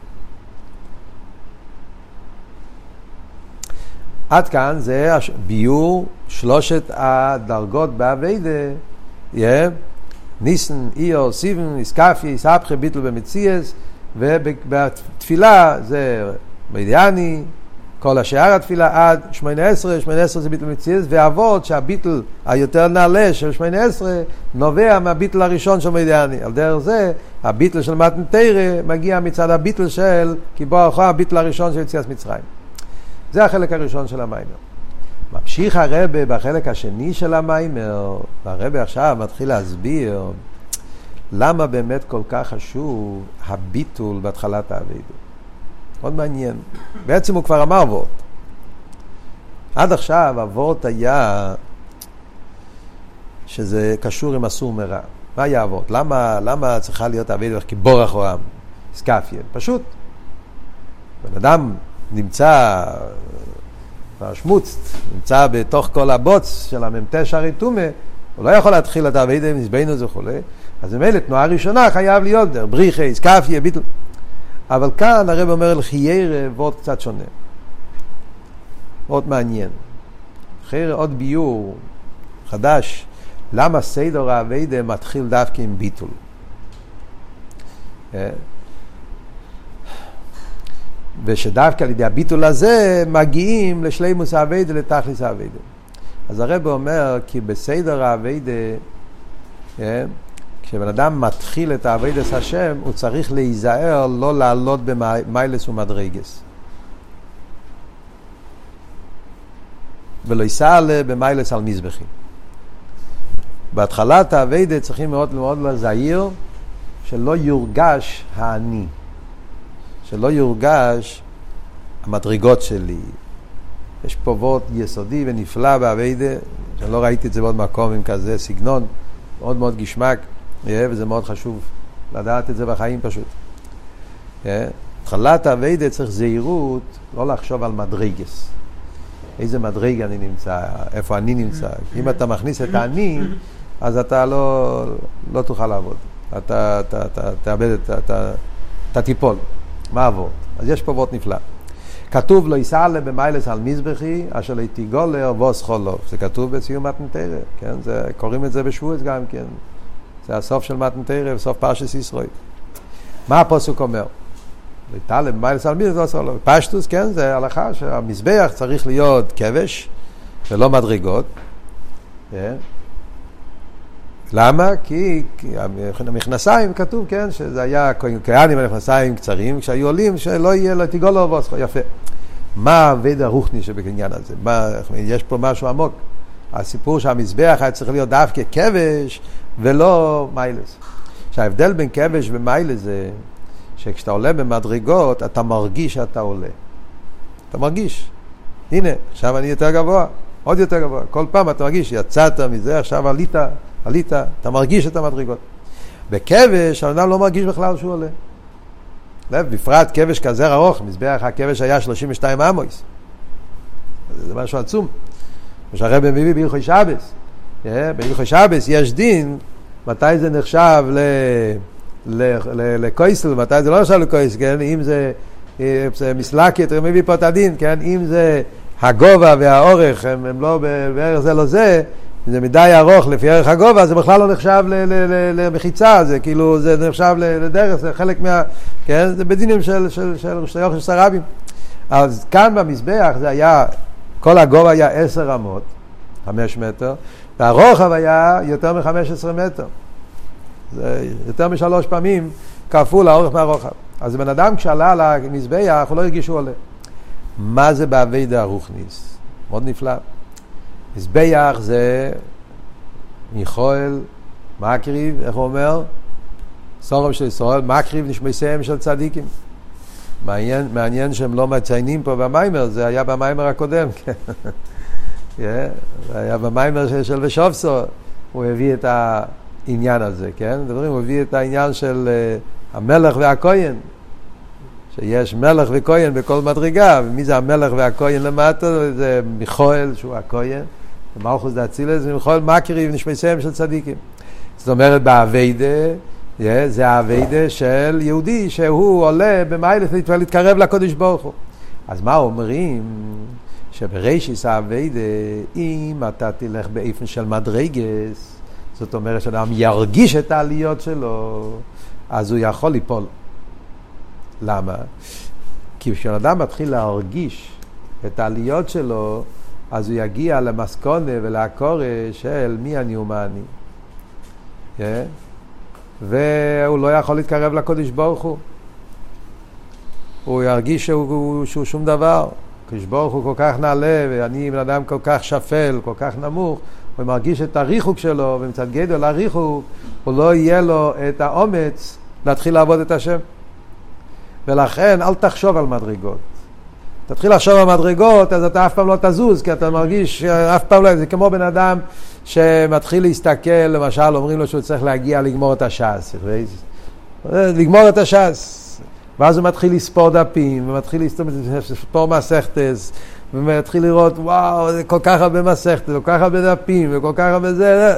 [SPEAKER 1] עד כאן זה ביור שלושת הדרגות בעבודה, yeah. ניסן, איור, סיבן, איסקפי, איסהפכה, ביטל במציאס, ובתפילה זה מוידעני, כל השאר התפילה עד שמונה עשרה, שמונה עשרה זה ביטל במציאס, ועבוד שהביטל היותר נעלה של שמונה עשרה נובע מהביטל הראשון של מוידעני. על דרך זה, הביטל של מתן תורה מגיע מצד הביטל של קיבור אחר, הביטל הראשון של יציאת מצרים. זה החלק הראשון של המיימר. ממשיך הרב בחלק השני של המיימר, והרב עכשיו מתחיל להסביר למה באמת כל כך חשוב הביטול בהתחלת העבודה. מאוד מעניין. בעצם הוא כבר אמר וורט. עד עכשיו הוורט היה שזה קשור עם אסור מרע. מה היה הוורט? למה, למה צריכה להיות העבודה כבור אחורם? סקפיה. פשוט. בן אדם נמצא השמוץ, נמצא בתוך כל הבוץ של הממתש הריתומה, הוא לא יכול להתחיל את העבודה מזבנו זה חולה, אז במילא תנועה ראשונה חייב להיות דר, בריחי, סקפיה, ביטל. אבל כאן הרב אומר לחיירה ועוד קצת שונה. מאוד מעניין. חיירה עוד ביור חדש, למה סדר העבודה מתחיל דווקא עם ביטול. ושדווקא על ידי הביטול הזה מגיעים לשלימוס העבודה, לתכליס העבודה. אז הרב אומר כי בסדר העבודה, כשבן אדם מתחיל את העבודה של השם, הוא צריך להיזהר לא לעלות במיילס ומדרגס. ולא יסעלה במיילס על מזבחים. בהתחלת העבודה צריכים מאוד מאוד להזהיר שלא יורגש העני. שלא יורגש המדרגות שלי. יש פה וורט יסודי ונפלא בעבודה, שאני לא ראיתי את זה בעוד מקום עם כזה סגנון, מאוד מאוד גשמק, וזה מאוד חשוב לדעת את זה בחיים פשוט. התחלת העבודה צריך זהירות, לא לחשוב על מדרגס. איזה מדרגה אני נמצא, איפה אני נמצא. אם אתה מכניס את אני, אז אתה לא, לא תוכל לעבוד. אתה, אתה, אתה, תאבד את, אתה, אתה תיפול. מה עבור? אז יש פה וורט נפלא. כתוב לא יסעלה במיילס על מזבחי, אשר לא תיגולר ווס חולוב. זה כתוב בסיום מתן תורה, כן? זה, קוראים את זה בשבועס גם כן. זה הסוף של מתן תורה וסוף פרשת ישראל. מה הפסוק אומר? לא יתעלה במיילס על מזבחי ווס חולוב. פשטוס, כן? זה הלכה שהמזבח צריך להיות כבש ולא מדרגות. כן? למה? כי המכנסיים כתוב, כן, שזה היה כהנים המכנסיים קצרים, כשהיו עולים, שלא יהיה לו תיגולו ובוסחו, יפה. מה הווד הרוחני שבעניין הזה? מה, יש פה משהו עמוק. הסיפור שהמזבח היה צריך להיות דווקא כבש ולא מיילס. שההבדל בין כבש ומיילס זה שכשאתה עולה במדרגות, אתה מרגיש שאתה עולה. אתה מרגיש. הנה, עכשיו אני יותר גבוה, עוד יותר גבוה. כל פעם אתה מרגיש, יצאת מזה, עכשיו עלית, עלית, אתה מרגיש את המדרגות. בכבש, האדם לא מרגיש בכלל שהוא עולה. לב, בפרט כבש כזה ארוך, מזבח הכבש היה שלושים ושתיים אמויס. זה משהו עצום. שהרב מביא בהלכות שבס. בהלכות שבס יש דין, מתי זה נחשב ל... לקויסל, מתי זה לא נחשב לקויסל, כן? אם זה, זה מסלקת, הוא מביא פה את הדין, כן? אם זה הגובה והאורך, הם, הם לא בערך זה לא זה, זה מדי ארוך לפי ערך הגובה, זה בכלל לא נחשב ל, ל, ל, למחיצה, זה כאילו, זה נחשב לדרך, זה חלק מה, כן? זה בדינים של, של, של, של, של סרבים. אז כאן במזבח זה היה, כל הגובה היה עשר רמות, חמש מטר, והרוחב היה יותר מחמש עשרה מטר. זה יותר משלוש פעמים כפול האורך מהרוחב. אז בן אדם כשעלה על המזבח, הוא לא הרגיש שהוא עולה. מה זה בעבודה הרוחניס? מאוד נפלא. מזבח זה מיכאל, מקריב, איך הוא אומר? סורם של ישראל, מקריב נשמעיהם של צדיקים. מעניין, מעניין שהם לא מציינים פה במיימר, זה היה במיימר הקודם. זה היה במיימר של, של ושופסו, הוא הביא את העניין הזה, כן? דברים, הוא הביא את העניין של uh, המלך והכהן, שיש מלך וכהן בכל מדרגה, ומי זה המלך והכהן למטה? זה מיכאל שהוא הכהן, ומלכוס דאצילס, זה מיכאל מקריב נשמעיהם של צדיקים. זאת אומרת, בעבודה, Yeah, זה העבודה של יהודי שהוא עולה במיילס להתקרב לקודש ברוך הוא. אז מה אומרים? שבראשיס העבודה, אם אתה תלך באופן של מדרגס, זאת אומרת שאדם ירגיש את העליות שלו, אז הוא יכול ליפול. למה? כי כשאדם מתחיל להרגיש את העליות שלו, אז הוא יגיע למסקונה ולעקורה של מי אני ומה אני. Yeah. והוא לא יכול להתקרב לקודש ברוך הוא. הוא ירגיש שהוא, שהוא שום דבר. הקודש ברוך הוא כל כך נעלה, ואני בן אדם כל כך שפל, כל כך נמוך, הוא מרגיש את הריחוק שלו, ומצד גדול הריחוק, הוא לא יהיה לו את האומץ להתחיל לעבוד את השם. ולכן אל תחשוב על מדרגות. תתחיל לחשוב על מדרגות, אז אתה אף פעם לא תזוז, כי אתה מרגיש אף פעם לא, זה כמו בן אדם שמתחיל להסתכל, למשל אומרים לו שהוא צריך להגיע לגמור את הש"ס, לגמור את הש"ס, ואז הוא מתחיל לספור דפים, ומתחיל לספור מסכתס, ומתחיל לראות, וואו, זה כל כך הרבה מסכתס, כל כך הרבה דפים, וכל כך הרבה זה,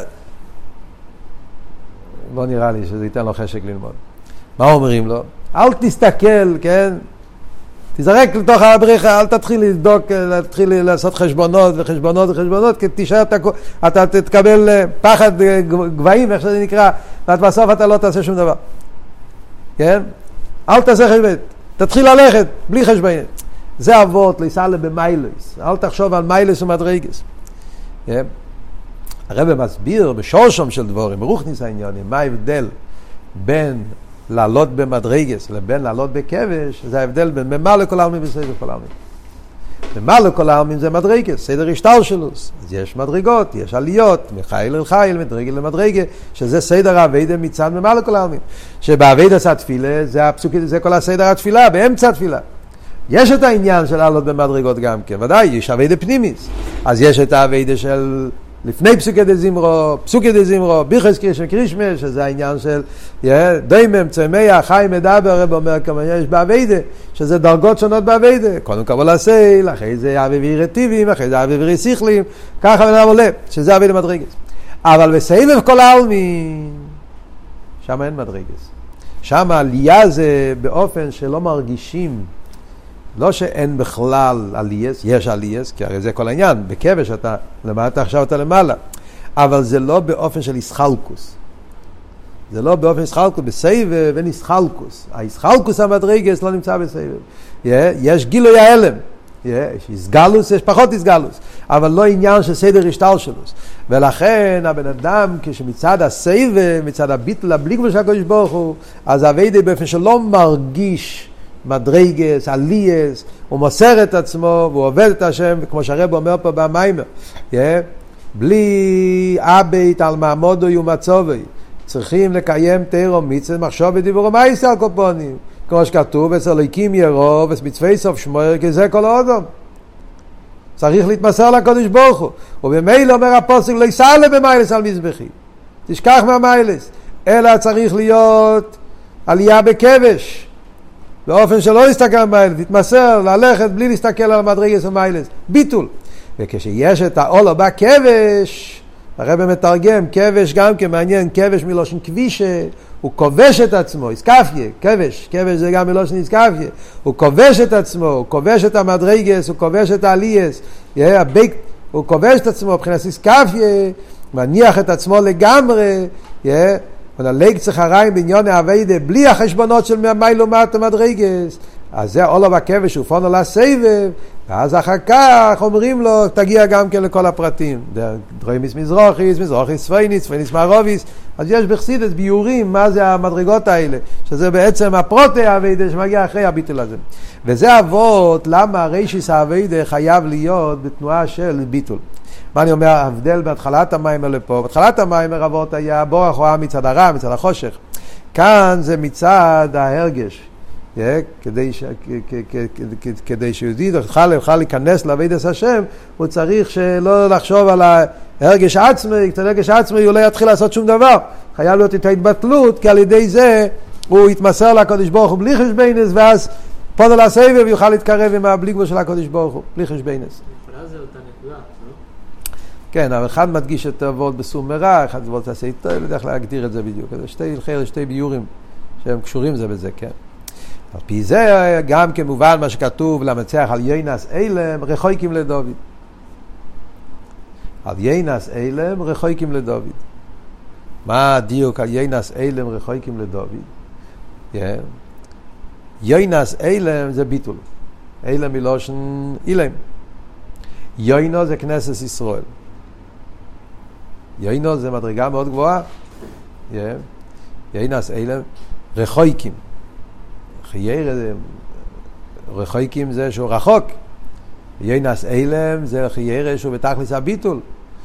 [SPEAKER 1] לא נראה לי שזה ייתן לו חשק ללמוד. מה אומרים לו? אל תסתכל, כן? תזרק לתוך הבריחה, אל תתחיל לבדוק, תתחיל לעשות חשבונות וחשבונות וחשבונות, כי תשאר, אתה, אתה תתקבל פחד גבהים, איך שזה נקרא, ובסוף אתה לא תעשה שום דבר. כן? אל תעשה חשבון, תתחיל ללכת, בלי חשבון. זה אבות, להיסעלה במיילס. אל תחשוב על מיילס ומדרגס. כן? הרב מסביר בשורשם של דבורים, ברוכניס העניינים, מה ההבדל בין לעלות במדרגס לבין לעלות בכבש, זה ההבדל בין ממה לכל העלמין וסדר כל העלמין. ממה לכל העלמין זה מדרגס, סדר השטר שלו. אז יש מדרגות, יש עליות, מחיל אל חיל, מדרגל למדרגה, שזה סדר העבודה מצד ממה לכל העלמין. שבעבודה עשה תפילה, זה, הפסוק, זה כל הסדר התפילה, באמצע התפילה. יש את העניין של לעלות במדרגות גם כן, ודאי, יש עבודה פנימית. אז יש את העבודה של לפני פסוקי דזמרו, פסוקי דזמרו, ביחס קרישם קרישמה, שזה העניין של דיימם, צמח, חי מדבר, הרב אומר כמה יש בעבודה, שזה דרגות שונות בעבודה, קודם כל הסייל, אחרי זה אביבי רטיבים, אחרי זה אביבי סיכלים, ככה ונעב עולה, שזה עבודה מדרגס. אבל בסבב כל העלמין, שם אין מדרגס. שם העלייה זה באופן שלא מרגישים, לא שאין בכלל עלייס, יש עלייס, כי הרי זה כל העניין, בכבש אתה למטה, עכשיו אתה למעלה, אבל זה לא באופן של איסחלקוס. זה לא באופן איסחלקוס, בסבב אין איסחלקוס. האיסחלקוס המדרגס לא נמצא בסבב. יש גילוי ההלם. יש איסגלוס, יש פחות איסגלוס. אבל לא עניין של סדר השתלשלוס. ולכן הבן אדם, כשמצד הסבב, מצד הביטול, הבלי של הקדוש ברוך הוא, אז העבודה באופן שלא מרגיש מדרגס, עלייס, הוא מוסר את עצמו, והוא עובד את השם, וכמו שהרב אומר פה במיימר, בלי אבית על מעמודו ומצובי, צריכים לקיים תורה מצוות מחשוב ודיבור ומעשה על כל פנים, כמו שכתוב אצל אלוקים ירוא ובמצווי סוף שמור כזה כל האדם. צריך להתמסר לקדוש ברוך הוא, ובמילא אומר הפסוק לא יסעלה במיילס על מזבחי, תשכח מהמיילס, אלא צריך להיות עלייה בכבש, באופן שלא להסתכל על מיילס, להתמסר, ללכת בלי להסתכל על מדרגס ומיילס, ביטול. וכשיש את העולה בכבש, הרב מתרגם, כבש גם כמעניין, כבש מלושן כבישה, הוא כובש את עצמו, איסקפיה, כבש, כבש זה גם מלושן איסקפיה, הוא כובש את עצמו, הוא כובש את המדרגס, הוא כובש את העלייס, הבק, הוא כובש את עצמו, מבחינת איסקפיה, מניח את עצמו לגמרי, ונלג צחריים בעניון העבודה, בלי החשבונות של מי לעומת המדרגס, אז זה עולה בכבש, הוא פון עולה סבב, ואז אחר כך אומרים לו, תגיע גם כן לכל הפרטים. דרוימיס מזרחיס, מזרחיס ספייניס, ספייניס מערוביס. אז יש בחסידות ביורים מה זה המדרגות האלה, שזה בעצם הפרוטי העבודה שמגיע אחרי הביטול הזה. וזה אבות, למה רישיס העבודה חייב להיות בתנועה של ביטול. מה אני אומר, ההבדל בהתחלת המיימר לפה, בהתחלת המיימר אבות היה בורח רואה מצד הרע, מצד החושך. כאן זה מצד ההרגש. כדי ש כדי שיהודי יוכל יוכל להיכנס לעבודת השם, הוא צריך שלא לחשוב על ההרגש עצמי, כי הרגש עצמי הוא לא יתחיל לעשות שום דבר, חייב להיות את ההתבטלות, כי על ידי זה הוא יתמסר לקדוש ברוך הוא בלי חשבונס, ואז פונה לסבב ויוכל להתקרב עם הבלי גבול של הקדוש ברוך הוא בלי חשבונס.
[SPEAKER 2] יכולה זה אותה נקודה, לא?
[SPEAKER 1] כן, אבל אחד מדגיש את הוולד בסום מרע, אחד וולד תעשה איתו, לא יודע איך להגדיר את זה בדיוק, שתי הלכי, שתי ביורים שהם קשורים זה בזה, כן. על פי זה גם כמובן מה שכתוב למצח על יינס אילם רחוקים לדוד, על יינס אילם רחוקים לדוד. מה הדיוק על יינס אילם רחוקים לדוד? yeah. יינס אילם זה ביטול, אילם מלושן אילם, יוינו זה כנסת ישראל, יוינו זה מדרגה מאוד גבוהה, yeah. יינס אילם רחוקים, חייר רחוקים זה שהוא רחוק, יינס אילם זה חייר שהוא בתכלס הביטול.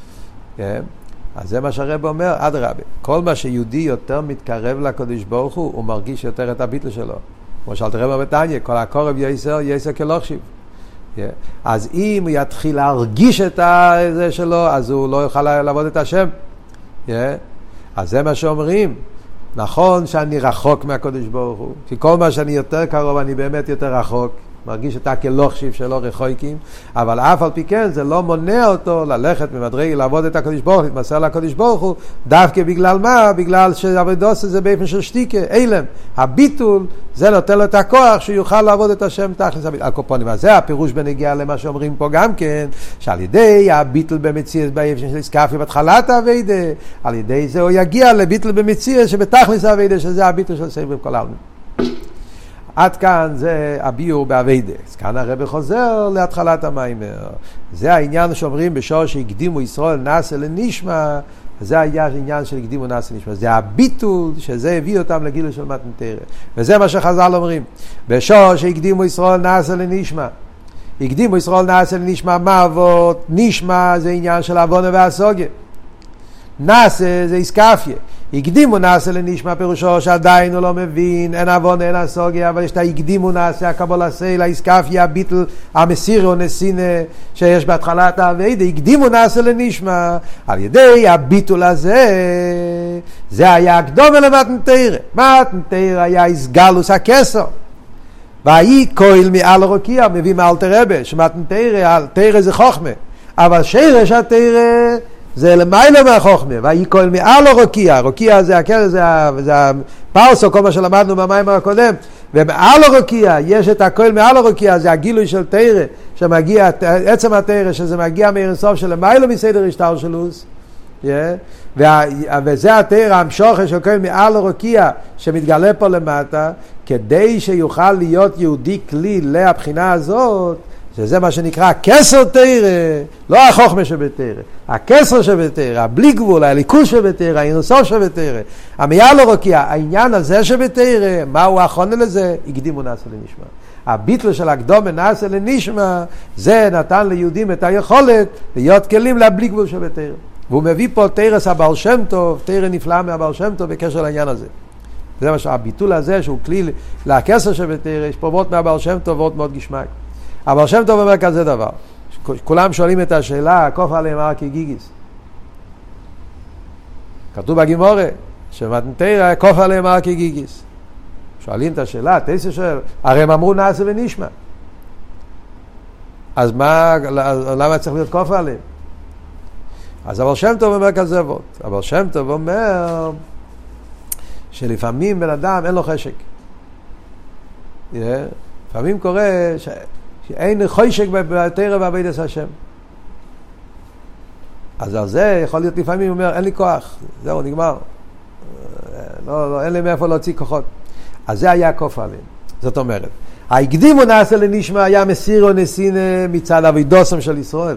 [SPEAKER 1] אז זה מה שהרב אומר, אדרבה, כל מה שיהודי יותר מתקרב לקדוש ברוך הוא, הוא מרגיש יותר את הביטול שלו. כמו שאלתר רב בתניא, כל הקורב יסר, יסר כלוכשיב. אז אם הוא יתחיל להרגיש את זה שלו, אז הוא לא יוכל לעבוד את השם. אז זה מה שאומרים. נכון שאני רחוק מהקדוש ברוך הוא, כי כל מה שאני יותר קרוב אני באמת יותר רחוק, מרגיש אותה כלוכשיב שלא רחוקים, אבל אף על פי כן זה לא מונע אותו ללכת ממדרגה, לעבוד את הקדוש ברוך הוא, להתמסר לקדוש ברוך הוא, דווקא בגלל מה? בגלל שעבודות זה באופן של שתיקה, אילם, הביטול, זה נותן לו את הכוח שיוכל לעבוד את השם תכלס הביטול. הקופונים, אז זה הפירוש בנגיעה למה שאומרים פה גם כן, שעל ידי הביטול במציאות באופן של איסקפיה בתחילת העבודה, על ידי זה הוא יגיע לביטול במציאות שבתכלס העבודה, שזה הביטול של סבב כל העלמין. עד כאן זה הביור בעבודה. אז כאן הרב חוזר להתחלת המיימר. זה העניין שאומרים בשור שהקדימו ישראל נעשה לנשמה, זה היה העניין של הקדימו נעשה לנשמה. זה הביטול שזה הביא אותם לגילוי של מתן תורה. וזה מה שחז"ל אומרים. בשור שהקדימו ישראל נעשה לנשמה. הקדימו ישראל נעשה לנשמה, מה אבות? נשמה זה עניין של עוונה והסוגיה. נעשה זה איסקפיה. הקדימו נעשה לנשמה פירושו שעדיין הוא לא מבין, אין עוון, אין הסוגיה, אבל יש את הקדימו נעשה, הקבול עשה, להיסקפיה, הביטל, המסירו, נסינה, שיש בהתחלת העבודה, הקדימו נעשה לנשמה, על ידי הביטול הזה, זה היה הקדום אל מתן תורה. מתן תורה היה איסגלוס הכסר, והיא כהל מעל רוקיע, מביא מאלתר רבי, שמתן תורה, תורה זה חוכמה, אבל שרש התורה, זה למעלה מהחוכמה, והיא כל מעל הרוקיע, הרוקיע זה, זה, זה הפרסו, כל מה שלמדנו במים הקודם, ומעל הרוקיע, יש את הכל מעל הרוקיע, זה הגילוי של תורה, שמגיע, עצם התורה, שזה מגיע מאינסוף של למעלה מסדר השתלשלות, yeah. וה, וזה התורה, המשוכר של כל מעל הרוקיע, שמתגלה פה למטה, כדי שיוכל להיות יהודי כלי להבחינה הזאת, שזה מה שנקרא כסר תורה, לא החוכמה שבתורה, הכסר שבתורה, הבלי גבול, הליכוז שבתורה, האינסוף שבתורה, המעל הרוקיע, העניין הזה שבתורה, מהו האחרונה לזה? הקדימו נעשה לנשמה. הביטל של הקדומה נעשה לנשמה, זה נתן ליהודים את היכולת להיות כלים לבלי גבול שבתורה. והוא מביא פה תרס הבעל שם טוב, תורה נפלאה מהבעל שם טוב בקשר לעניין הזה. זה מה שהביטול הזה שהוא כלי לכסר שבתורה, יש פה מאוד מהבעל שם טוב ועוד מאוד גשמי. הבעל שם טוב אומר כזה דבר, כולם שואלים את השאלה, קוף עליהם הר כגיגיס. כתוב בגימורה, שמתנתרא קוף עליהם הר כגיגיס. שואלים את השאלה, תסי שואל, הרי הם אמרו נעשה ונשמע. אז מה, למה צריך להיות קוף עליהם? אז הבעל שם טוב אומר כזה וות. הבעל שם טוב אומר שלפעמים בן אדם אין לו חשק. לפעמים קורה ש... שאין חשק בתורה ועבודת השם. אז על זה יכול להיות לפעמים הוא אומר, אין לי כוח, זהו, נגמר. לא, לא, אין לי מאיפה להוציא כוחות. אז זה היה קוף עליהם. זאת אומרת, ההקדימו נעשה לנשמה היה מסיר או נסינה מצד אבידוסם של ישראל.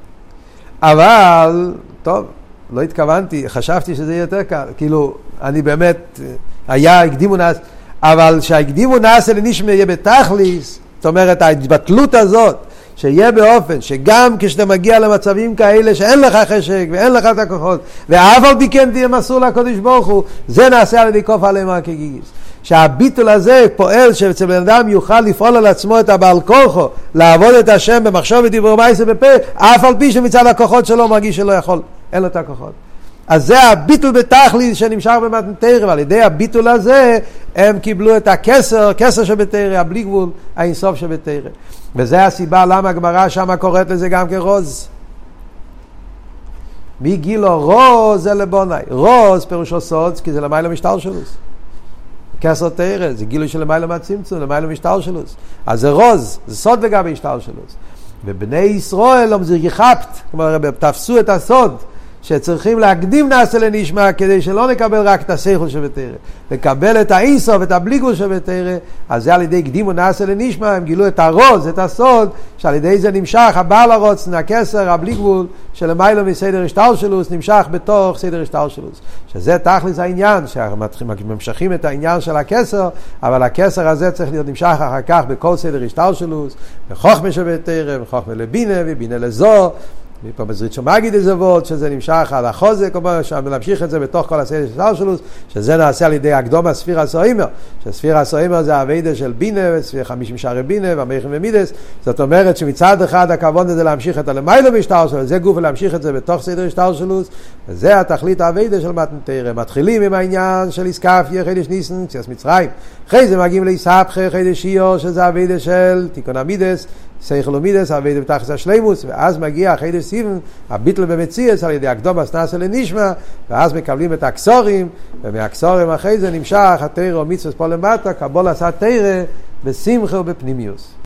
[SPEAKER 1] אבל, טוב, לא התכוונתי, חשבתי שזה יהיה יותר קל. כאילו, אני באמת, היה הקדימו נעשה, אבל שההקדימו נעשה לנשמה יהיה בתכליס, זאת אומרת, ההתבטלות הזאת, שיהיה באופן, שגם כשאתה מגיע למצבים כאלה, שאין לך חשק ואין לך את הכוחות, ואף על פי כן תהיה מסור לקדוש ברוך הוא, זה נעשה על ידי קוף עליהם הר כגיגיס. שהביטול הזה פועל שאצל בן אדם יוכל לפעול על עצמו את הבעל כוחו, לעבוד את השם במחשוב ודיבור מעשה בפה, אף על פי שמצד הכוחות שלו מרגיש שלא יכול, אין לו את הכוחות. אז זה הביטול בתכלית שנמשך במתנתרא, ועל ידי הביטול הזה הם קיבלו את הכסר, כסר שבתרא, הבלי גבול, האינסוף שבתרא. וזה הסיבה למה הגמרא שמה קוראת לזה גם כרוז. מי גילו רוז זה לבוני. רוז פירושו סוד, כי זה למעלה משטר שלוס. כסר תרא, זה גילוי של למעלה מהצמצום, למעלה משטר שלוס. אז זה רוז, זה סוד לגבי משטר שלוס. ובני ישראל לא מזרגיחפת, כלומר תפסו את הסוד, שצריכים להקדים נעשה לנשמה כדי שלא נקבל רק את השכל שבתרא, לקבל את האינסוף, את הבליגול שבתרא. אז זה על ידי קדימו נעשה לנשמה, הם גילו את הרוז, את הסוד, שעל ידי זה נמשך הבעל הרוצן, הכסר, הבליגול שלמיילו מסדר השתלשלות נמשך בתוך סדר השתלשלות, שזה תכלס העניין, שממשכים את העניין של הכסר, אבל הכסר הזה צריך להיות נמשך אחר כך בכל סדר השתלשלות, בחוכמה שבתרא, בחוכמה לבינה ובינה לזו, ופה מזרית שמגיד איזה ווד, שזה נמשך על החוזק, להמשיך את זה בתוך כל הסדר שלו, שזה נעשה על ידי הקדום הספיר הסוימר, שספיר הסוימר זה הווידה של בינה, וספיר חמישים שערי בינה, והמייכים ומידס. זאת אומרת שמצד אחד הכוון זה להמשיך את הלמיילו משטר שלו, זה גוף להמשיך את זה בתוך סדר משטר שלו, וזה התכלית הווידה של מתנתרא. מתחילים עם העניין של איסקפיה, חידש ניסן, ציאס מצרים. אחרי זה מגיעים לאיסהפכה, חידש איור, שזה הווידה של תיקון המידס, שכל ומידס, הווידה בתכלס השלימוס, ואז מגיע חידש סיבן, הביטל במציאס על ידי הקדום נעשה לנשמה, ואז מקבלים את האקסורים, ומהאקסורים אחרי זה נמשך התורה ומצוות פה למטה, קבול עשה תורה בשמחה ובפנימיוס.